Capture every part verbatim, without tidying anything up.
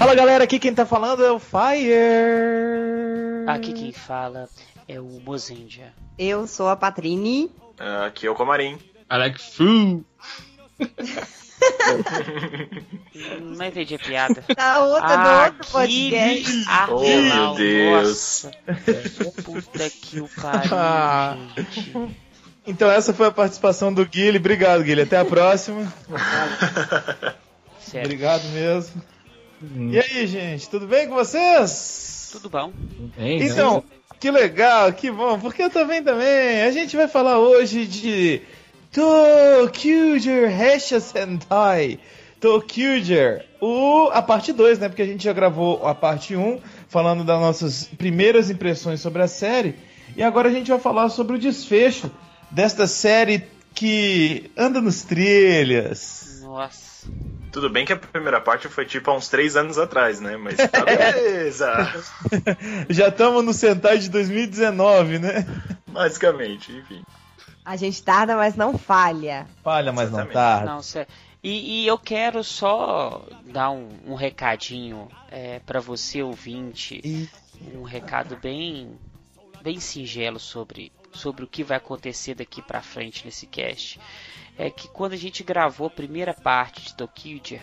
Fala galera, aqui quem tá falando é o Fire. Aqui quem fala é o Mozendia. Eu sou a Patrine. Uh, aqui é o Comarim. Alex Fu. Não entendi a piada. Da outra, ah, do outro podcast. Ah, oh, meu Deus. Nossa. Puta que o pariu, Ah. gente. Então essa foi a participação do Guilherme. Obrigado, Guilherme. Até a próxima. Sério. Obrigado mesmo. Hum. E aí, gente? Tudo bem com vocês? Tudo bom. Bem, então, né? que legal, que bom. Porque eu também também. A gente vai falar hoje de Tokyuger Hash Sentai. Tokyuger, o a parte dois, né? Porque a gente já gravou a parte um, falando das nossas primeiras impressões sobre a série. E agora a gente vai falar sobre o desfecho desta série que anda nos trilhas. Nossa. Tudo bem que a primeira parte foi tipo há uns três anos atrás, né? Mas tá beleza. Já estamos no Sentai de dois mil e dezenove, né? Basicamente, enfim. A gente tarda, mas não falha. Falha, mas Exatamente. não tarda. Não, sério. E, e eu quero só dar um, um recadinho é, para você, ouvinte. E... Um recado bem, bem singelo sobre, sobre o que vai acontecer daqui pra frente nesse cast. É que quando a gente gravou a primeira parte de Tokyuger,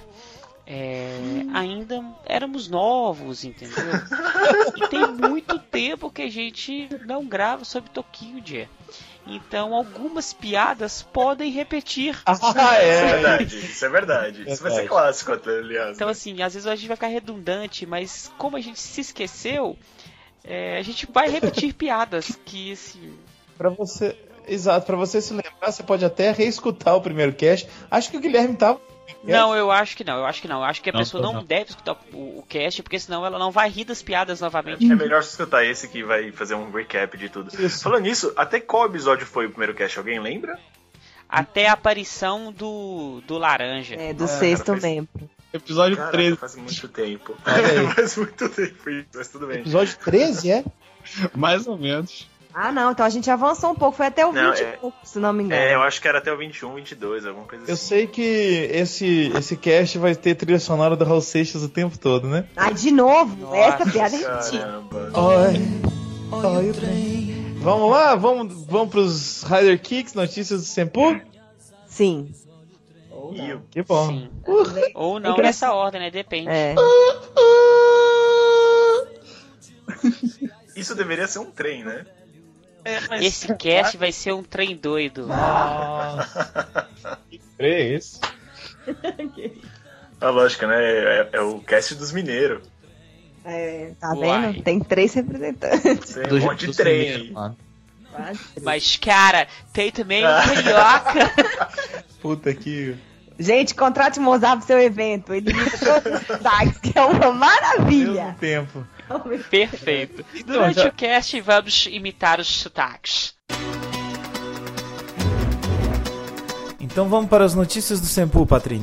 é, ainda éramos novos, entendeu? E tem muito tempo que a gente não grava sobre Tokyuger. Então algumas piadas podem repetir. Ah, é. Isso é verdade, isso é verdade. Isso vai ser clássico até, aliás. Então né? assim, às vezes a gente vai ficar redundante, mas como a gente se esqueceu, é, a gente vai repetir piadas que assim... Pra você, exato, pra você se lembrar, você pode até reescutar o primeiro cast. Acho que o Guilherme tava... Não, eu acho que não, eu acho que não. Eu acho que a Não, pessoa não, não. deve escutar o, o cast, porque senão ela não vai rir das piadas novamente. É melhor escutar esse que vai fazer um recap de tudo. Isso. Falando nisso, até qual episódio foi o primeiro cast? Alguém lembra? Até a aparição do, do laranja. É, do Ah, sexto cara, faz- membro. Episódio Caraca, treze. faz muito tempo. Olha aí. Faz muito tempo isso, mas tudo bem. Episódio treze, é? Mais ou menos. Ah, não, então a gente avançou um pouco. Foi até o Não, vinte é- e pouco, se não me engano. É, eu acho que era até o vinte e um, vinte e dois, alguma coisa Eu assim. sei que esse, esse cast vai ter trilha sonora do Raul Seixas o tempo todo, né? Ai, de novo, Nossa, essa piada é ridícula. Caramba. Oi, oi, o trem. Vamos lá, vamos, vamos pros Rider Kicks, notícias do Senpu? Sim. E o- Que bom. Sim. Uh, Ou não Engra- nessa ordem, né? Depende. É. Isso deveria ser um trem, né? Esse cast vai ser um trem doido. nossa. Que três. A lógica, né? É, é o cast dos mineiros. É, tá Uai. vendo? Tem três representantes. Tem um monte de trem aí. Mas, cara, tem também o carioca. Puta que... Gente, contrate o Mozart pro seu evento. Ele imita todos os sotaques, que é uma Mesmo maravilha. tempo. Perfeito. Então, Durante já- o cast, vamos imitar os sotaques. Então vamos para as notícias do Senpu, Patrine.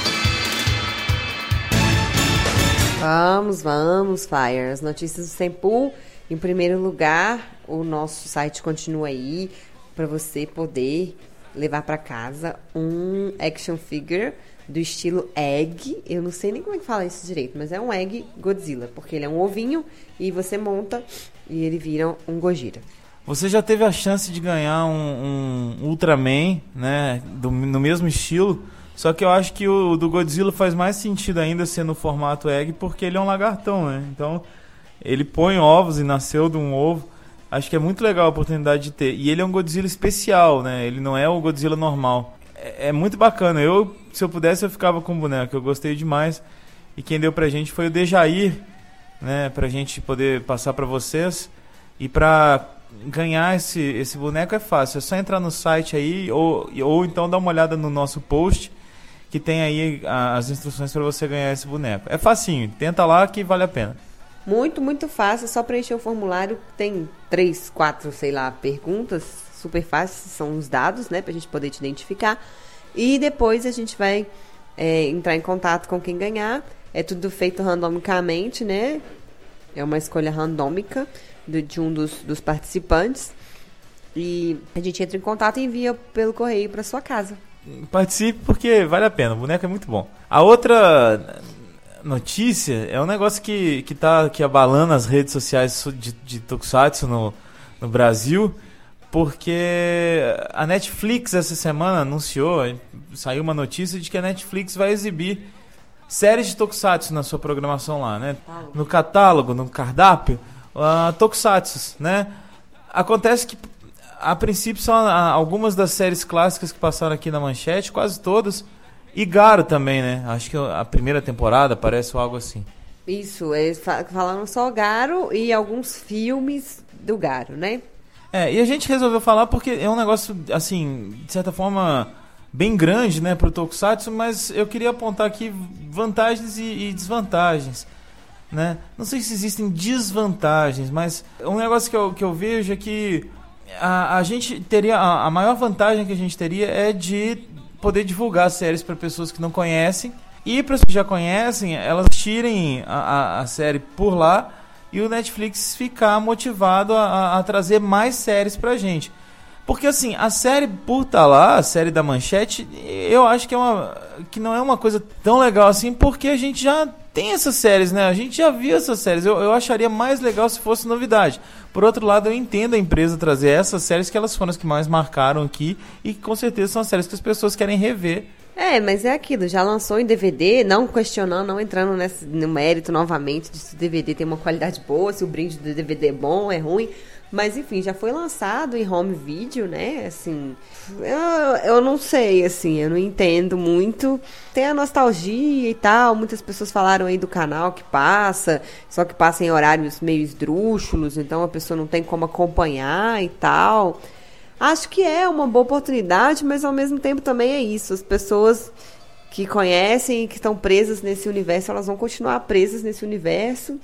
Vamos, vamos, Fire. As notícias do Senpu. Em primeiro lugar, o nosso site continua aí para você poder levar para casa um action figure do estilo Egg. Eu não sei nem como é que fala isso direito, mas é um Egg Godzilla, porque ele é um ovinho e você monta e ele vira um Gojira. Você já teve a chance de ganhar um, um Ultraman, né, do, no mesmo estilo, só que eu acho que o do Godzilla faz mais sentido ainda ser no formato Egg, porque ele é um lagartão, né? Então, ele põe ovos e nasceu de um ovo. Acho que é muito legal a oportunidade de ter. E ele é um Godzilla especial, né? Ele não é o Godzilla normal. É, é muito bacana. Eu, se eu pudesse, eu ficava com o boneco. Eu gostei demais. E quem deu pra gente foi o Dejair, né? Pra gente poder passar pra vocês. E pra ganhar esse, esse boneco é fácil. É só entrar no site aí ou, ou então dar uma olhada no nosso post, que tem aí a, as instruções para você ganhar esse boneco. É facinho. Tenta lá que vale a pena. Muito, muito fácil, é só preencher o formulário, tem três, quatro, sei lá, perguntas, super fáceis, são os dados, né, pra gente poder te identificar, e depois a gente vai é, entrar em contato com quem ganhar, é tudo feito randomicamente, né, é uma escolha randômica de, de um dos, dos participantes, e a gente entra em contato e envia pelo correio pra sua casa. Participe porque vale a pena, o boneco é muito bom. A outra notícia é um negócio que, que tá aqui abalando as redes sociais de, de Tokusatsu no, no Brasil, porque a Netflix essa semana anunciou, saiu uma notícia de que a Netflix vai exibir séries de Tokusatsu na sua programação lá, né? No catálogo, no cardápio, uh, Tokusatsu, né? Acontece que, a princípio, são algumas das séries clássicas que passaram aqui na Manchete, quase todas, e Garo também, né? Acho que a primeira temporada parece algo assim. Isso, eles falaram só Garo e alguns filmes do Garo, né? É, e a gente resolveu falar porque é um negócio, assim, de certa forma, bem grande, né, pro Tokusatsu, mas eu queria apontar aqui vantagens e, e desvantagens, né? Não sei se existem desvantagens, mas um negócio que eu, que eu vejo é que a, a gente teria, a, a maior vantagem que a gente teria é de poder divulgar séries para pessoas que não conhecem, e para as que já conhecem, elas tirem a, a, a série por lá e o Netflix ficar motivado a, a, a trazer mais séries pra gente. Porque assim, a série por estar lá, a série da Manchete, eu acho que, é uma, que não é uma coisa tão legal assim, porque a gente já tem essas séries, né? A gente já viu essas séries. Eu, eu acharia mais legal se fosse novidade. Por outro lado, eu entendo a empresa trazer essas séries, que elas foram as que mais marcaram aqui, e que com certeza são as séries que as pessoas querem rever. É, mas é aquilo, já lançou em D V D, não questionando, não entrando nesse, no mérito novamente de se o D V D tem uma qualidade boa, se o brinde do D V D é bom, é ruim. Mas, enfim, já foi lançado em home video, né? Assim, eu, eu não sei, assim, eu não entendo muito. Tem a nostalgia e tal, muitas pessoas falaram aí do canal que passa, só que passa em horários meio esdrúxulos, então a pessoa não tem como acompanhar e tal. Acho que é uma boa oportunidade, mas ao mesmo tempo também é isso. As pessoas que conhecem e que estão presas nesse universo, elas vão continuar presas nesse universo.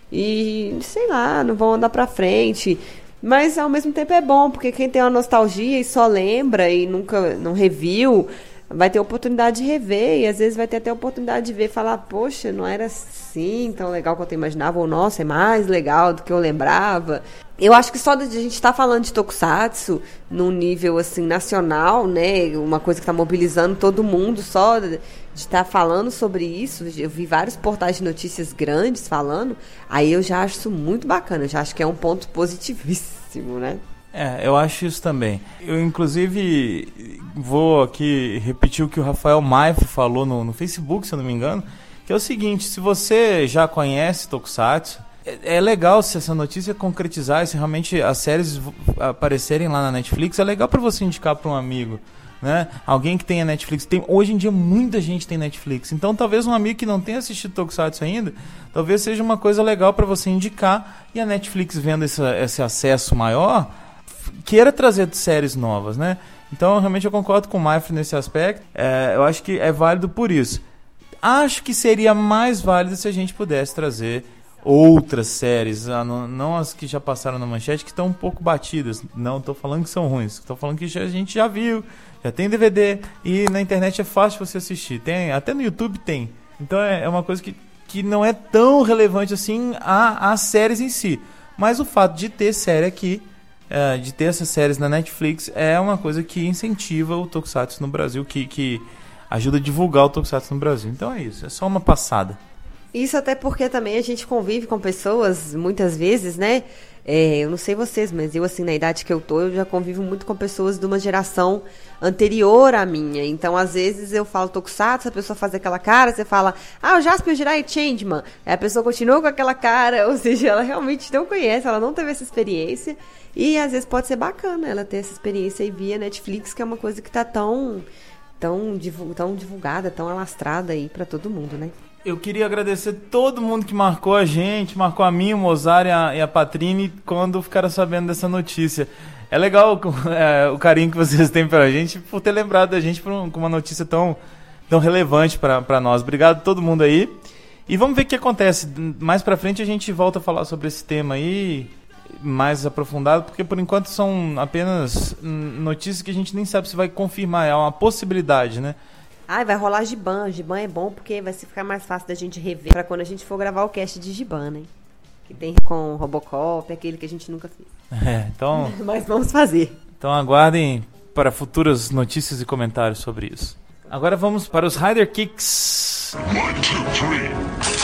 E, sei lá, não vão andar pra frente. Mas ao mesmo tempo é bom, porque quem tem uma nostalgia e só lembra e nunca não reviu, vai ter a oportunidade de rever. E às vezes vai ter até a oportunidade de ver e falar, poxa, não era assim tão legal quanto eu imaginava. Ou, nossa, é mais legal do que eu lembrava. Eu acho que só de a gente estar tá falando de Tokusatsu num nível assim nacional, né, uma coisa que está mobilizando todo mundo, só de estar tá falando sobre isso, eu vi vários portais de notícias grandes falando, aí eu já acho isso muito bacana, eu já acho que é um ponto positivíssimo, né? É, eu acho isso também. Eu, inclusive, vou aqui repetir o que o Rafael Maif falou no, no Facebook, se eu não me engano, que é o seguinte, se você já conhece Tokusatsu, é legal se essa notícia concretizar, se realmente as séries aparecerem lá na Netflix, é legal para você indicar para um amigo, né? Alguém que tenha Netflix. Tem, hoje em dia muita gente tem Netflix, então talvez um amigo que não tenha assistido Tokusatsu ainda, talvez seja uma coisa legal para você indicar, e a Netflix, vendo esse, esse acesso maior, queira trazer séries novas, né? Então realmente eu concordo com o Maifre nesse aspecto, é, eu acho que é válido por isso. Acho que seria mais válido se a gente pudesse trazer outras séries, não as que já passaram na Manchete, que estão um pouco batidas. Não estou falando que são ruins, estou falando que já, a gente já viu, já tem D V D e na internet é fácil você assistir, tem, até no YouTube tem. Então é, é uma coisa que, que não é tão relevante assim às séries em si, mas o fato de ter série aqui, é, de ter essas séries na Netflix, é uma coisa que incentiva o Tokusatsu no Brasil, que, que ajuda a divulgar o Tokusatsu no Brasil. Então é isso, é só uma passada. Isso até porque também a gente convive com pessoas, muitas vezes, né? É, eu não sei vocês, mas eu, assim, na idade que eu tô, eu já convivo muito com pessoas de uma geração anterior à minha. Então, às vezes, eu falo Tokusatsu, a pessoa faz aquela cara, você fala, ah, o Jaspion Jirai Changeman. Aí a pessoa continua com aquela cara, ou seja, ela realmente não conhece, ela não teve essa experiência. E, às vezes, pode ser bacana ela ter essa experiência aí via Netflix, que é uma coisa que tá tão, tão, tão divulgada, tão alastrada aí pra todo mundo, né? Eu queria agradecer todo mundo que marcou a gente, marcou a mim, o Mozart e a, e a Patrine, quando ficaram sabendo dessa notícia. É legal é, o carinho que vocês têm pela gente, por ter lembrado da gente com uma notícia tão, tão relevante para nós. Obrigado a todo mundo aí. E vamos ver o que acontece. Mais pra frente a gente volta a falar sobre esse tema aí, mais aprofundado, porque por enquanto são apenas notícias que a gente nem sabe se vai confirmar, é uma possibilidade, né? Ah, vai rolar Giban. Giban é bom porque vai ficar mais fácil da gente rever pra quando a gente for gravar o cast de Giban, né? Que tem com Robocop, aquele que a gente nunca fez. É, então... Mas vamos fazer. Então aguardem para futuras notícias e comentários sobre isso. Agora vamos para os Rider Kicks. One, two, three.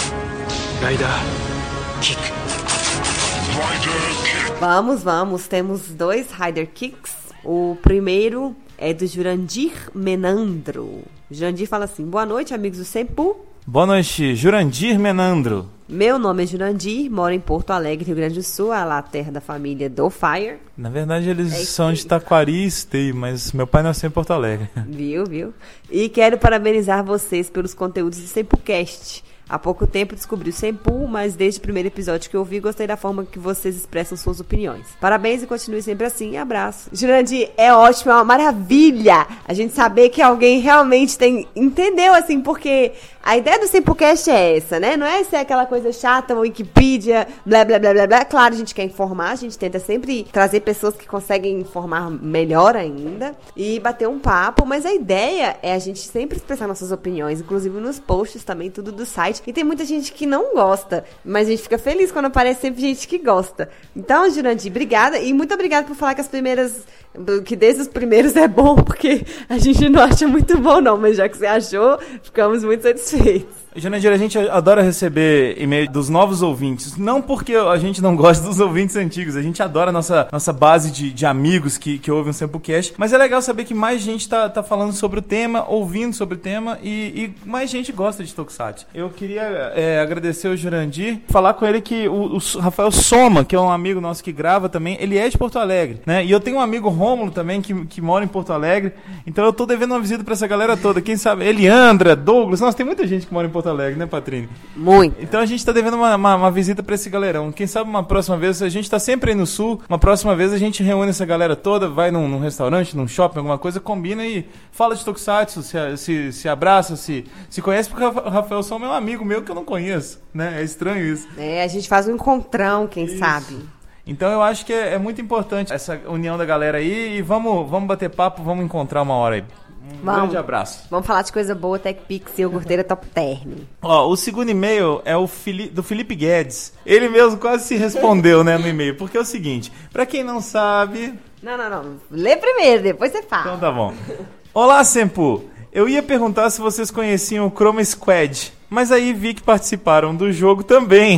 Vamos, vamos. Temos dois Rider Kicks. O primeiro é do Jurandir Menandro. Jurandir fala assim: boa noite, amigos do Senpu. Boa noite, Jurandir Menandro. Meu nome é Jurandir, moro em Porto Alegre, Rio Grande do Sul, a terra da família do Fire. Na verdade, eles é são de Taquari e Esteio, mas meu pai nasceu em Porto Alegre. Viu, viu? E quero parabenizar vocês pelos conteúdos do SempuCast. Há pouco tempo descobri o Senpu, mas desde o primeiro episódio que eu vi, gostei da forma que vocês expressam suas opiniões. Parabéns e continue sempre assim. Abraço. Jurandir, é ótimo, é uma maravilha a gente saber que alguém realmente tem, entendeu, assim, porque a ideia do SempuCast é essa, né? Não é ser aquela coisa chata, Wikipedia, blá, blá, blá, blá, blá. Claro, a gente quer informar, a gente tenta sempre trazer pessoas que conseguem informar melhor ainda e bater um papo, mas a ideia é a gente sempre expressar nossas opiniões, inclusive nos posts também, tudo do site. E tem muita gente que não gosta, mas a gente fica feliz quando aparece sempre gente que gosta. Então, Jurandir, obrigada. E muito obrigada por falar que as primeiras... que desde os primeiros é bom, porque a gente não acha muito bom, não. Mas já que você achou, ficamos muito satisfeitos. Jurandir, a gente adora receber e-mail dos novos ouvintes. Não porque a gente não gosta dos ouvintes antigos. A gente adora a nossa, nossa base de, de amigos que, que ouvem o SempuCast. Mas é legal saber que mais gente tá, tá falando sobre o tema, ouvindo sobre o tema. E, e mais gente gosta de Tokusatsu. Eu queria é, agradecer o Jurandir. Falar com ele que o, o Rafael Soma, que é um amigo nosso que grava também, ele é de Porto Alegre, né? E eu tenho um amigo Rômulo também, que, que mora em Porto Alegre. Então eu tô devendo uma visita pra essa galera toda. Quem sabe? Eliandra, Douglas. Nossa, tem muita gente que mora em Porto Alegre, né, Patrine? Muito. Então a gente tá devendo uma, uma, uma visita pra esse galerão. Quem sabe uma próxima vez, a gente tá sempre aí no Sul, uma próxima vez a gente reúne essa galera toda, vai num, num restaurante, num shopping, alguma coisa, combina e fala de Tokusatsu, se, se, se abraça, se, se conhece, porque o Rafael Som é um amigo meu que eu não conheço, né? É estranho isso. É, a gente faz um encontrão, quem Isso. sabe. Então eu acho que é, é muito importante essa união da galera aí e vamos, vamos bater papo, vamos encontrar uma hora aí. Um vamos. grande abraço. Vamos falar de coisa boa, TechPix e iogurteira Top Term. Ó, o segundo e-mail é o Fili- do Felipe Guedes. Ele mesmo quase se respondeu, né, no e-mail. Porque é o seguinte, pra quem não sabe... Não, não, não. Lê primeiro, depois você fala. Então tá bom. Olá, Senpu. Eu ia perguntar se vocês conheciam o Chroma Squad, mas aí vi que participaram do jogo também.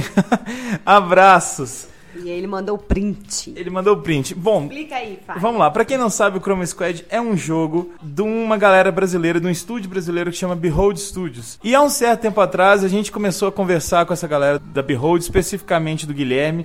Abraços. E ele mandou o print. Ele mandou o print. Bom, Explica aí, Fábio. vamos lá. Pra quem não sabe, o Chroma Squad é um jogo de uma galera brasileira, de um estúdio brasileiro que chama Behold Studios. E há um certo tempo atrás, a gente começou a conversar com essa galera da Behold, especificamente do Guilherme.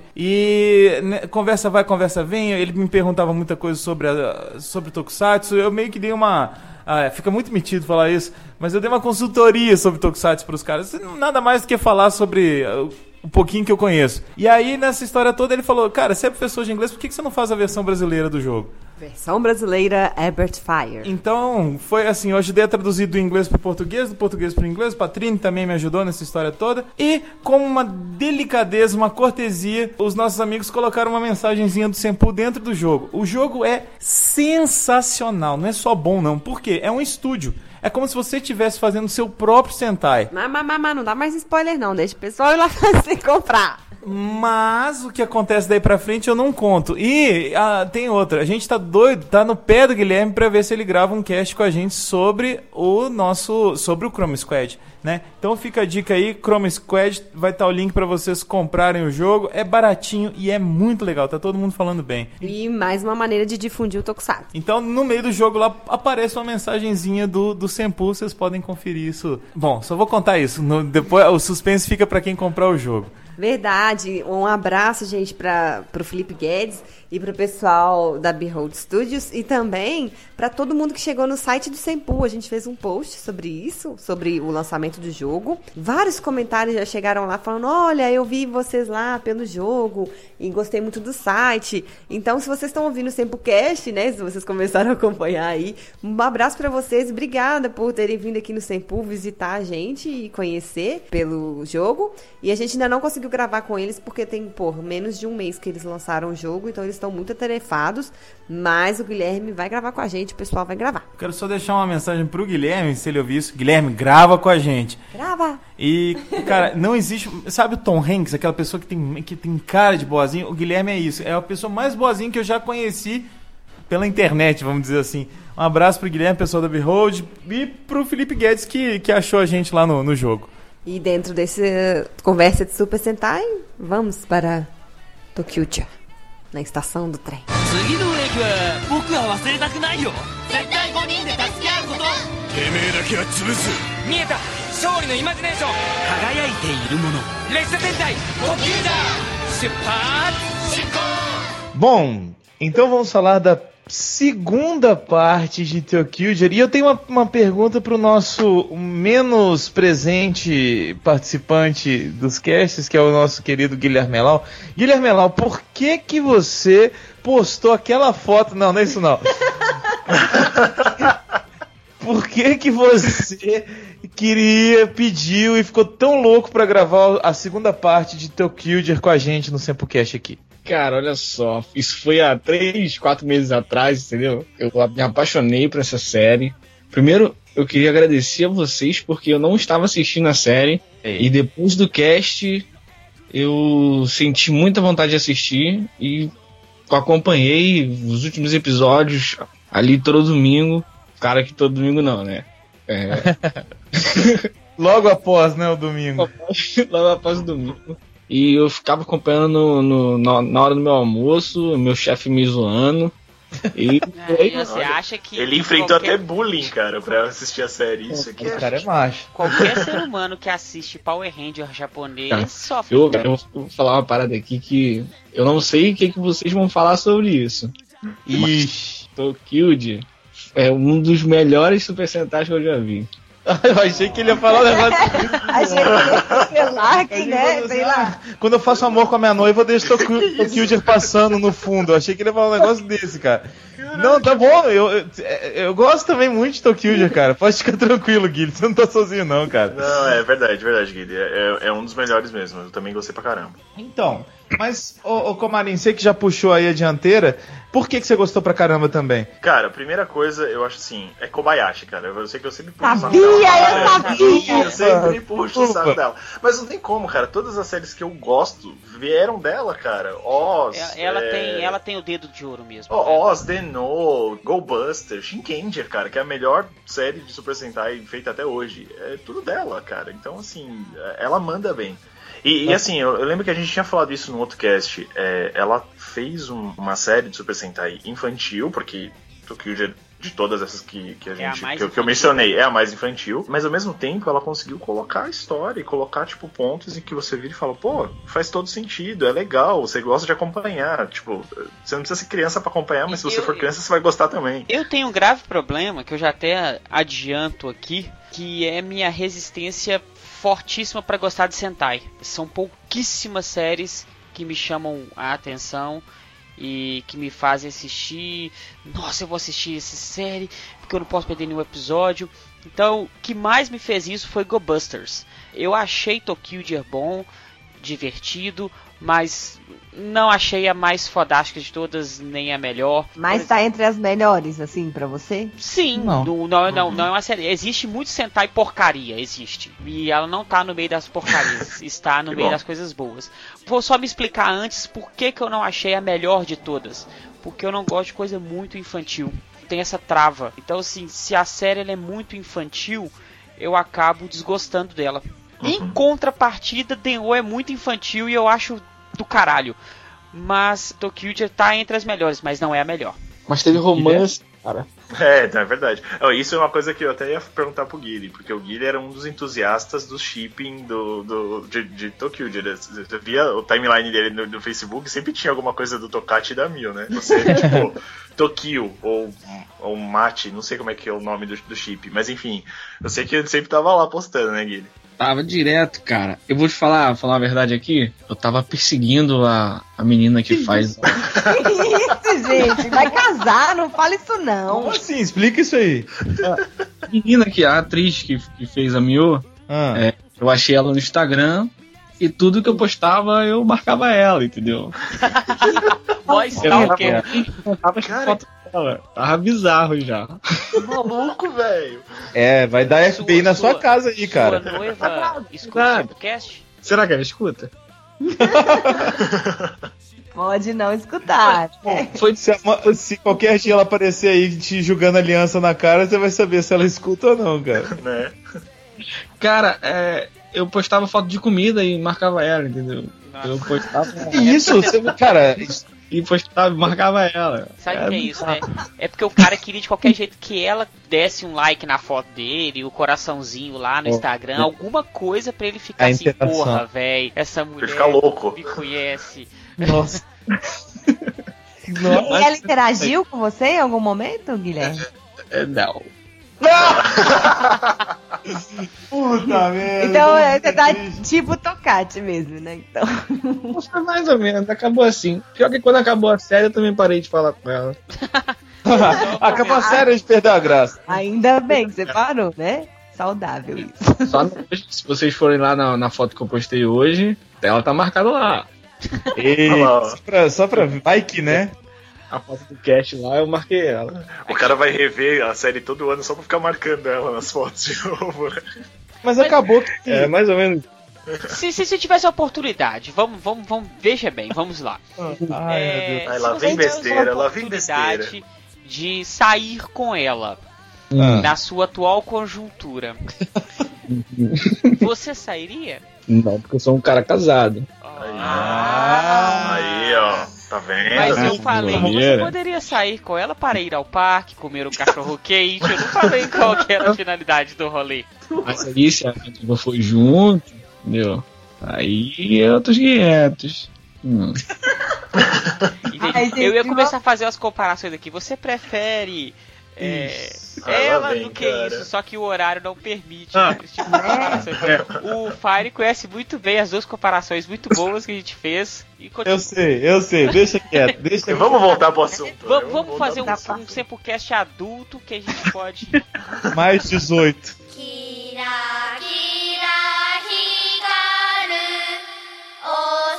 E né, conversa vai, conversa vem. Ele me perguntava muita coisa sobre, a, sobre Tokusatsu. Eu meio que dei uma... Ah, fica muito metido falar isso, mas eu dei uma consultoria sobre Tokusatsu pros caras. Nada mais do que falar sobre... Uh, um pouquinho que eu conheço. E aí, nessa história toda, ele falou, cara, você é professor de inglês, por que você não faz a versão brasileira do jogo? Versão brasileira, Herbert Fire. Então, foi assim, eu ajudei a traduzir do inglês para o português, do português para o inglês, o Patrine também me ajudou nessa história toda. E, com uma delicadeza, uma cortesia, os nossos amigos colocaram uma mensagenzinha do Senpu dentro do jogo. O jogo é sensacional, não é só bom não, por quê? É um estúdio. É como se você estivesse fazendo o seu próprio Sentai. Mas, mas, mas, mas não dá mais spoiler não, deixa o pessoal ir lá sem comprar. Mas o que acontece daí pra frente eu não conto. E ah, tem outra, a gente tá doido, tá no pé do Guilherme pra ver se ele grava um cast com a gente sobre o nosso, sobre o Chroma Squad, né? Então fica a dica aí, Chroma Squad, vai estar o link pra vocês comprarem o jogo, é baratinho e é muito legal, tá todo mundo falando bem. E mais uma maneira de difundir o Tokusatsu. Então no meio do jogo lá aparece uma mensagenzinha do, do Senpu, vocês podem conferir isso. Bom, só vou contar isso, no, depois o suspense fica pra quem comprar o jogo. Verdade. Um abraço, gente, para o Felipe Guedes e para o pessoal da Behold Studios e também para todo mundo que chegou no site do Senpu. A gente fez um post sobre isso, sobre o lançamento do jogo. Vários comentários já chegaram lá falando, olha, eu vi vocês lá pelo jogo e gostei muito do site. Então, se vocês estão ouvindo o SempuCast, né, se vocês começaram a acompanhar aí, um abraço para vocês. Obrigada por terem vindo aqui no Senpu visitar a gente e conhecer pelo jogo. E a gente ainda não conseguiu gravar com eles porque tem, por menos de um mês que eles lançaram o jogo, então eles estão muito atarefados, mas o Guilherme vai gravar com a gente, o pessoal vai gravar. Quero só deixar uma mensagem pro Guilherme, se ele ouvir isso. Guilherme, grava com a gente. Grava! E, cara, não existe... Sabe o Tom Hanks, aquela pessoa que tem, que tem cara de boazinho? O Guilherme é isso, é a pessoa mais boazinha que eu já conheci pela internet, vamos dizer assim. Um abraço pro Guilherme, pessoal da Behold, e pro Felipe Guedes, que, que achou a gente lá no, no jogo. E dentro desse conversa de Super Sentai, vamos para Tokyucha, na estação do trem. Bom, então vamos falar da segunda parte de Tokyuger. E eu tenho uma, uma pergunta para o nosso menos presente participante dos casts, que é o nosso querido Guilherme Melau. Guilherme Melau, por que que você postou aquela foto? Não, não é isso não. Por que que você queria, pediu e ficou tão louco para gravar a segunda parte de Tokyuger com a gente no Sempocast aqui? Cara, olha só, isso foi há três, quatro meses atrás, entendeu? Eu me apaixonei por essa série. Primeiro, eu queria agradecer a vocês porque eu não estava assistindo a série. Ei. E depois do cast, eu senti muita vontade de assistir e acompanhei os últimos episódios ali todo domingo. Cara, que todo domingo não, né? É... Logo após, né, o domingo. Logo após o domingo. E eu ficava acompanhando no, no, na hora do meu almoço, meu chefe me zoando. E é, você acha que ele enfrentou qualquer... até bullying, cara, pra assistir a série. Isso aqui o cara é macho. Qualquer ser humano que assiste Power Ranger japonês cara, sofre. Eu, eu vou falar uma parada aqui que eu não sei o que, que vocês vão falar sobre isso. Ixi. Tokyuger é um dos melhores Super Sentais que eu já vi. Eu achei que ele ia falar um negócio. Achei que ele ia falar que, né? Sei lá. Quando eu faço amor com a minha noiva, eu deixo o Tokyuger passando no fundo. Eu achei que ele ia falar um negócio desse, cara. Não, tá bom, eu, eu, eu gosto também muito de Tokyuger, cara. Pode ficar tranquilo, Guilherme. Você não tá sozinho, não, cara. Não, é verdade, verdade, Guilherme. É, é um dos melhores mesmo. Eu também gostei pra caramba. Então, mas, ô, ô Comarim, você que já puxou aí a dianteira, por que, que você gostou pra caramba também? Cara, a primeira coisa, eu acho assim, é Kobayashi, cara. Eu sei que eu sempre puxo sabia, o saco dela. Eu sabia! Eu sempre puxo o saco dela. Mas não tem como, cara. Todas as séries que eu gosto vieram dela, cara. Oz. Ela, é... tem, ela tem o dedo de ouro mesmo. Oh, Oz, Deno, Go Buster, Shinkenger, cara, que é a melhor série de Super Sentai feita até hoje. É tudo dela, cara. Então, assim, ela manda bem. E, e assim, eu, eu lembro que a gente tinha falado isso no outro cast. É, ela fez um, uma série de Super Sentai infantil, porque Tokyuger, de todas essas que, que a gente é a que, eu, que eu mencionei, é a mais infantil. Mas ao mesmo tempo ela conseguiu colocar a história e colocar, tipo, pontos em que você vira e fala, pô, faz todo sentido, é legal, você gosta de acompanhar. Tipo, você não precisa ser criança pra acompanhar, mas se você eu, for criança, você vai gostar também. Eu tenho um grave problema, que eu já até adianto aqui, que é minha resistência fortíssima para gostar de Sentai. São pouquíssimas séries que me chamam a atenção e que me fazem assistir. Nossa, eu vou assistir essa série porque eu não posso perder nenhum episódio. Então, o que mais me fez isso foi Go Busters. Eu achei Tokyuger bom, divertido, mas não achei a mais fodástica de todas, nem a melhor. Mas tá entre as melhores, assim, pra você? Sim, não, não, não, não, não é uma série. Existe muito Sentai porcaria, existe. E ela não tá no meio das porcarias, está no meio bom. das coisas boas. Vou só me explicar antes por que, que eu não achei a melhor de todas. Porque eu não gosto de coisa muito infantil. Tem essa trava. Então, assim, se a série ela é muito infantil, eu acabo desgostando dela. Uhum. Em contrapartida, Denho é muito infantil e eu acho do caralho. Mas Tokyuger tá entre as melhores, mas não é a melhor. Mas teve romance, cara. É, é verdade. Isso é uma coisa que eu até ia perguntar pro Guilherme, porque o Guilherme era um dos entusiastas do shipping do, do, de, de Tokyuger. Você via o timeline dele no, no Facebook, sempre tinha alguma coisa do Tokachi e da Mil, né? Você, tipo, Tokyo ou, ou Mate, não sei como é que é o nome do, do chip, mas enfim, eu sei que ele sempre tava lá postando, né, Guilherme? Tava direto, cara. Eu vou te falar, falar a verdade aqui. Eu tava perseguindo a, a menina que faz. Que isso, gente? Vai casar, não fala isso não. Como assim? Explica isso aí. A menina que a atriz que, que fez a Mio, ah. é, eu achei ela no Instagram e tudo que eu postava eu marcava ela, entendeu? Voz stalker. Eu tava foto dela. Tava bizarro já. Maluco, velho. É, vai dar F B I na sua, sua casa aí, cara. Sua noiva escuta o podcast? Será que ela escuta? Pode não escutar. Bom, foi, se, a, se qualquer dia ela aparecer aí te jogando aliança na cara, você vai saber se ela escuta ou não, cara. Né? Cara, é, eu postava foto de comida e marcava ela, entendeu? Nossa. Eu postava. Isso, você, cara, E postava e marcava ela. Sabe o que é isso, né? É porque o cara queria de qualquer jeito que ela desse um like na foto dele, o coraçãozinho lá no Instagram, alguma coisa pra ele ficar A assim, interação. porra, velho, essa mulher ficar louco. me conhece. Nossa. E ela interagiu com você em algum momento, Guilherme? É, não. Puta merda. Então é, você tá tipo tocate mesmo, né? Então. Foi mais ou menos, acabou assim. Pior que quando acabou a série, eu também parei de falar com ela. Acabou a série, a gente perdeu a graça. Ainda bem que você parou, né? Saudável isso. Só no- se vocês forem lá na, na foto que eu postei hoje, ela tá marcada lá. Ei, Olha lá, ó. só, pra, só pra vai que, né? A foto do cast lá, eu marquei ela. O cara vai rever a série todo ano só pra ficar marcando ela nas fotos de novo, né? Mas acabou que. É, mais ou menos. Se, se, se tivesse a oportunidade, vamos, vamos, vamos, veja bem, vamos lá. Ai, É, meu Deus. Ai, se lá você vem tivesse besteira, a lá vem oportunidade besteira. de sair com ela Ah. na sua atual conjuntura, você sairia? Não, porque eu sou um cara casado. Ah. Aí, ó, tá vendo? Mas eu que falei que você maneira. poderia sair com ela para ir ao parque, comer um cachorro quente. Eu não falei qual que era a finalidade do rolê. Mas aí, se a gente não for junto, entendeu? Aí é outros quinhentos. Hum. Entendi. Ai, gente, Eu ia não- começar a fazer as comparações aqui. Você prefere é, Ah, lá ela vem, do que cara. isso? Só que o horário não permite Ah. esse tipo de comparação. O Fire conhece muito bem as duas comparações muito boas que a gente fez. E continua. Eu sei, eu sei, deixa quieto, deixa quieto. Vamos voltar pro assunto. Vamos, né? vamos voltar fazer um, voltar pra- um Sempocast adulto que a gente pode. Mais dezoito. キラキラ光るお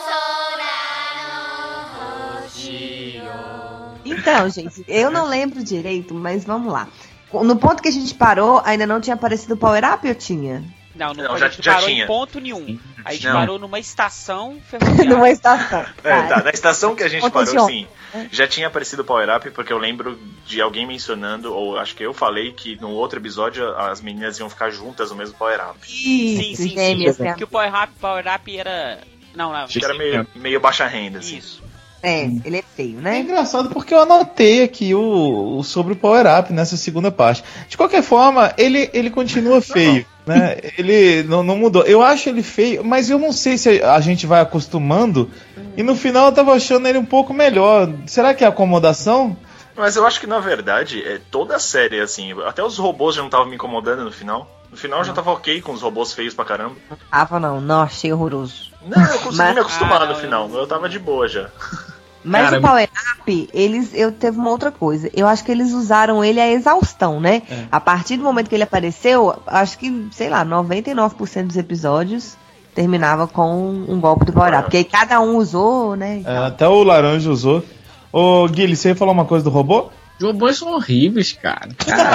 空の星よ Então, gente, eu não lembro direito, mas vamos lá. No ponto que a gente parou, ainda não tinha aparecido o Power Up ou tinha? Não, não, Não, a já- gente já parou tinha. em ponto nenhum. A gente Não. parou numa estação ferroviária. Numa estação. É, tá, na estação que a gente Ponto parou, de on- sim, já tinha aparecido o Power Up, porque eu lembro de alguém mencionando, ou acho que eu falei que no outro episódio as meninas iam ficar juntas no mesmo Power Up. Sim, Isso, sim, gêmeas, sim. né? Que o Power Up, Power Up era. Não, não. Que era meio, meio baixa renda, assim. Isso. É, ele é feio, É né? engraçado porque eu anotei aqui o, o sobre o Power Up nessa segunda parte. De qualquer forma, ele, ele continua feio, né? Ele não, não mudou. Eu acho ele feio, mas eu não sei se a gente vai acostumando. E no final eu tava achando ele um pouco melhor. Será que é acomodação? Mas eu acho que na verdade é toda a série assim. Até os robôs já não estavam me incomodando no final. No final eu já tava ok com os robôs feios pra caramba. Tava não, não, achei horroroso. Não, eu consegui Mas- me acostumar Ah, no não, final. eu- Eu tava de boa já. Mas Cara, o Power Up, eles, eu teve uma outra coisa. Eu acho que eles usaram ele à exaustão, né? É. A partir do momento que ele apareceu, acho que, sei lá, noventa e nove por cento dos episódios terminava com um golpe do Power Up. Porque aí cada um usou, né? e É, tal. até o Laranja usou. Ô, Guilherme, você ia falar uma coisa do robô? Os robôs são horríveis, cara.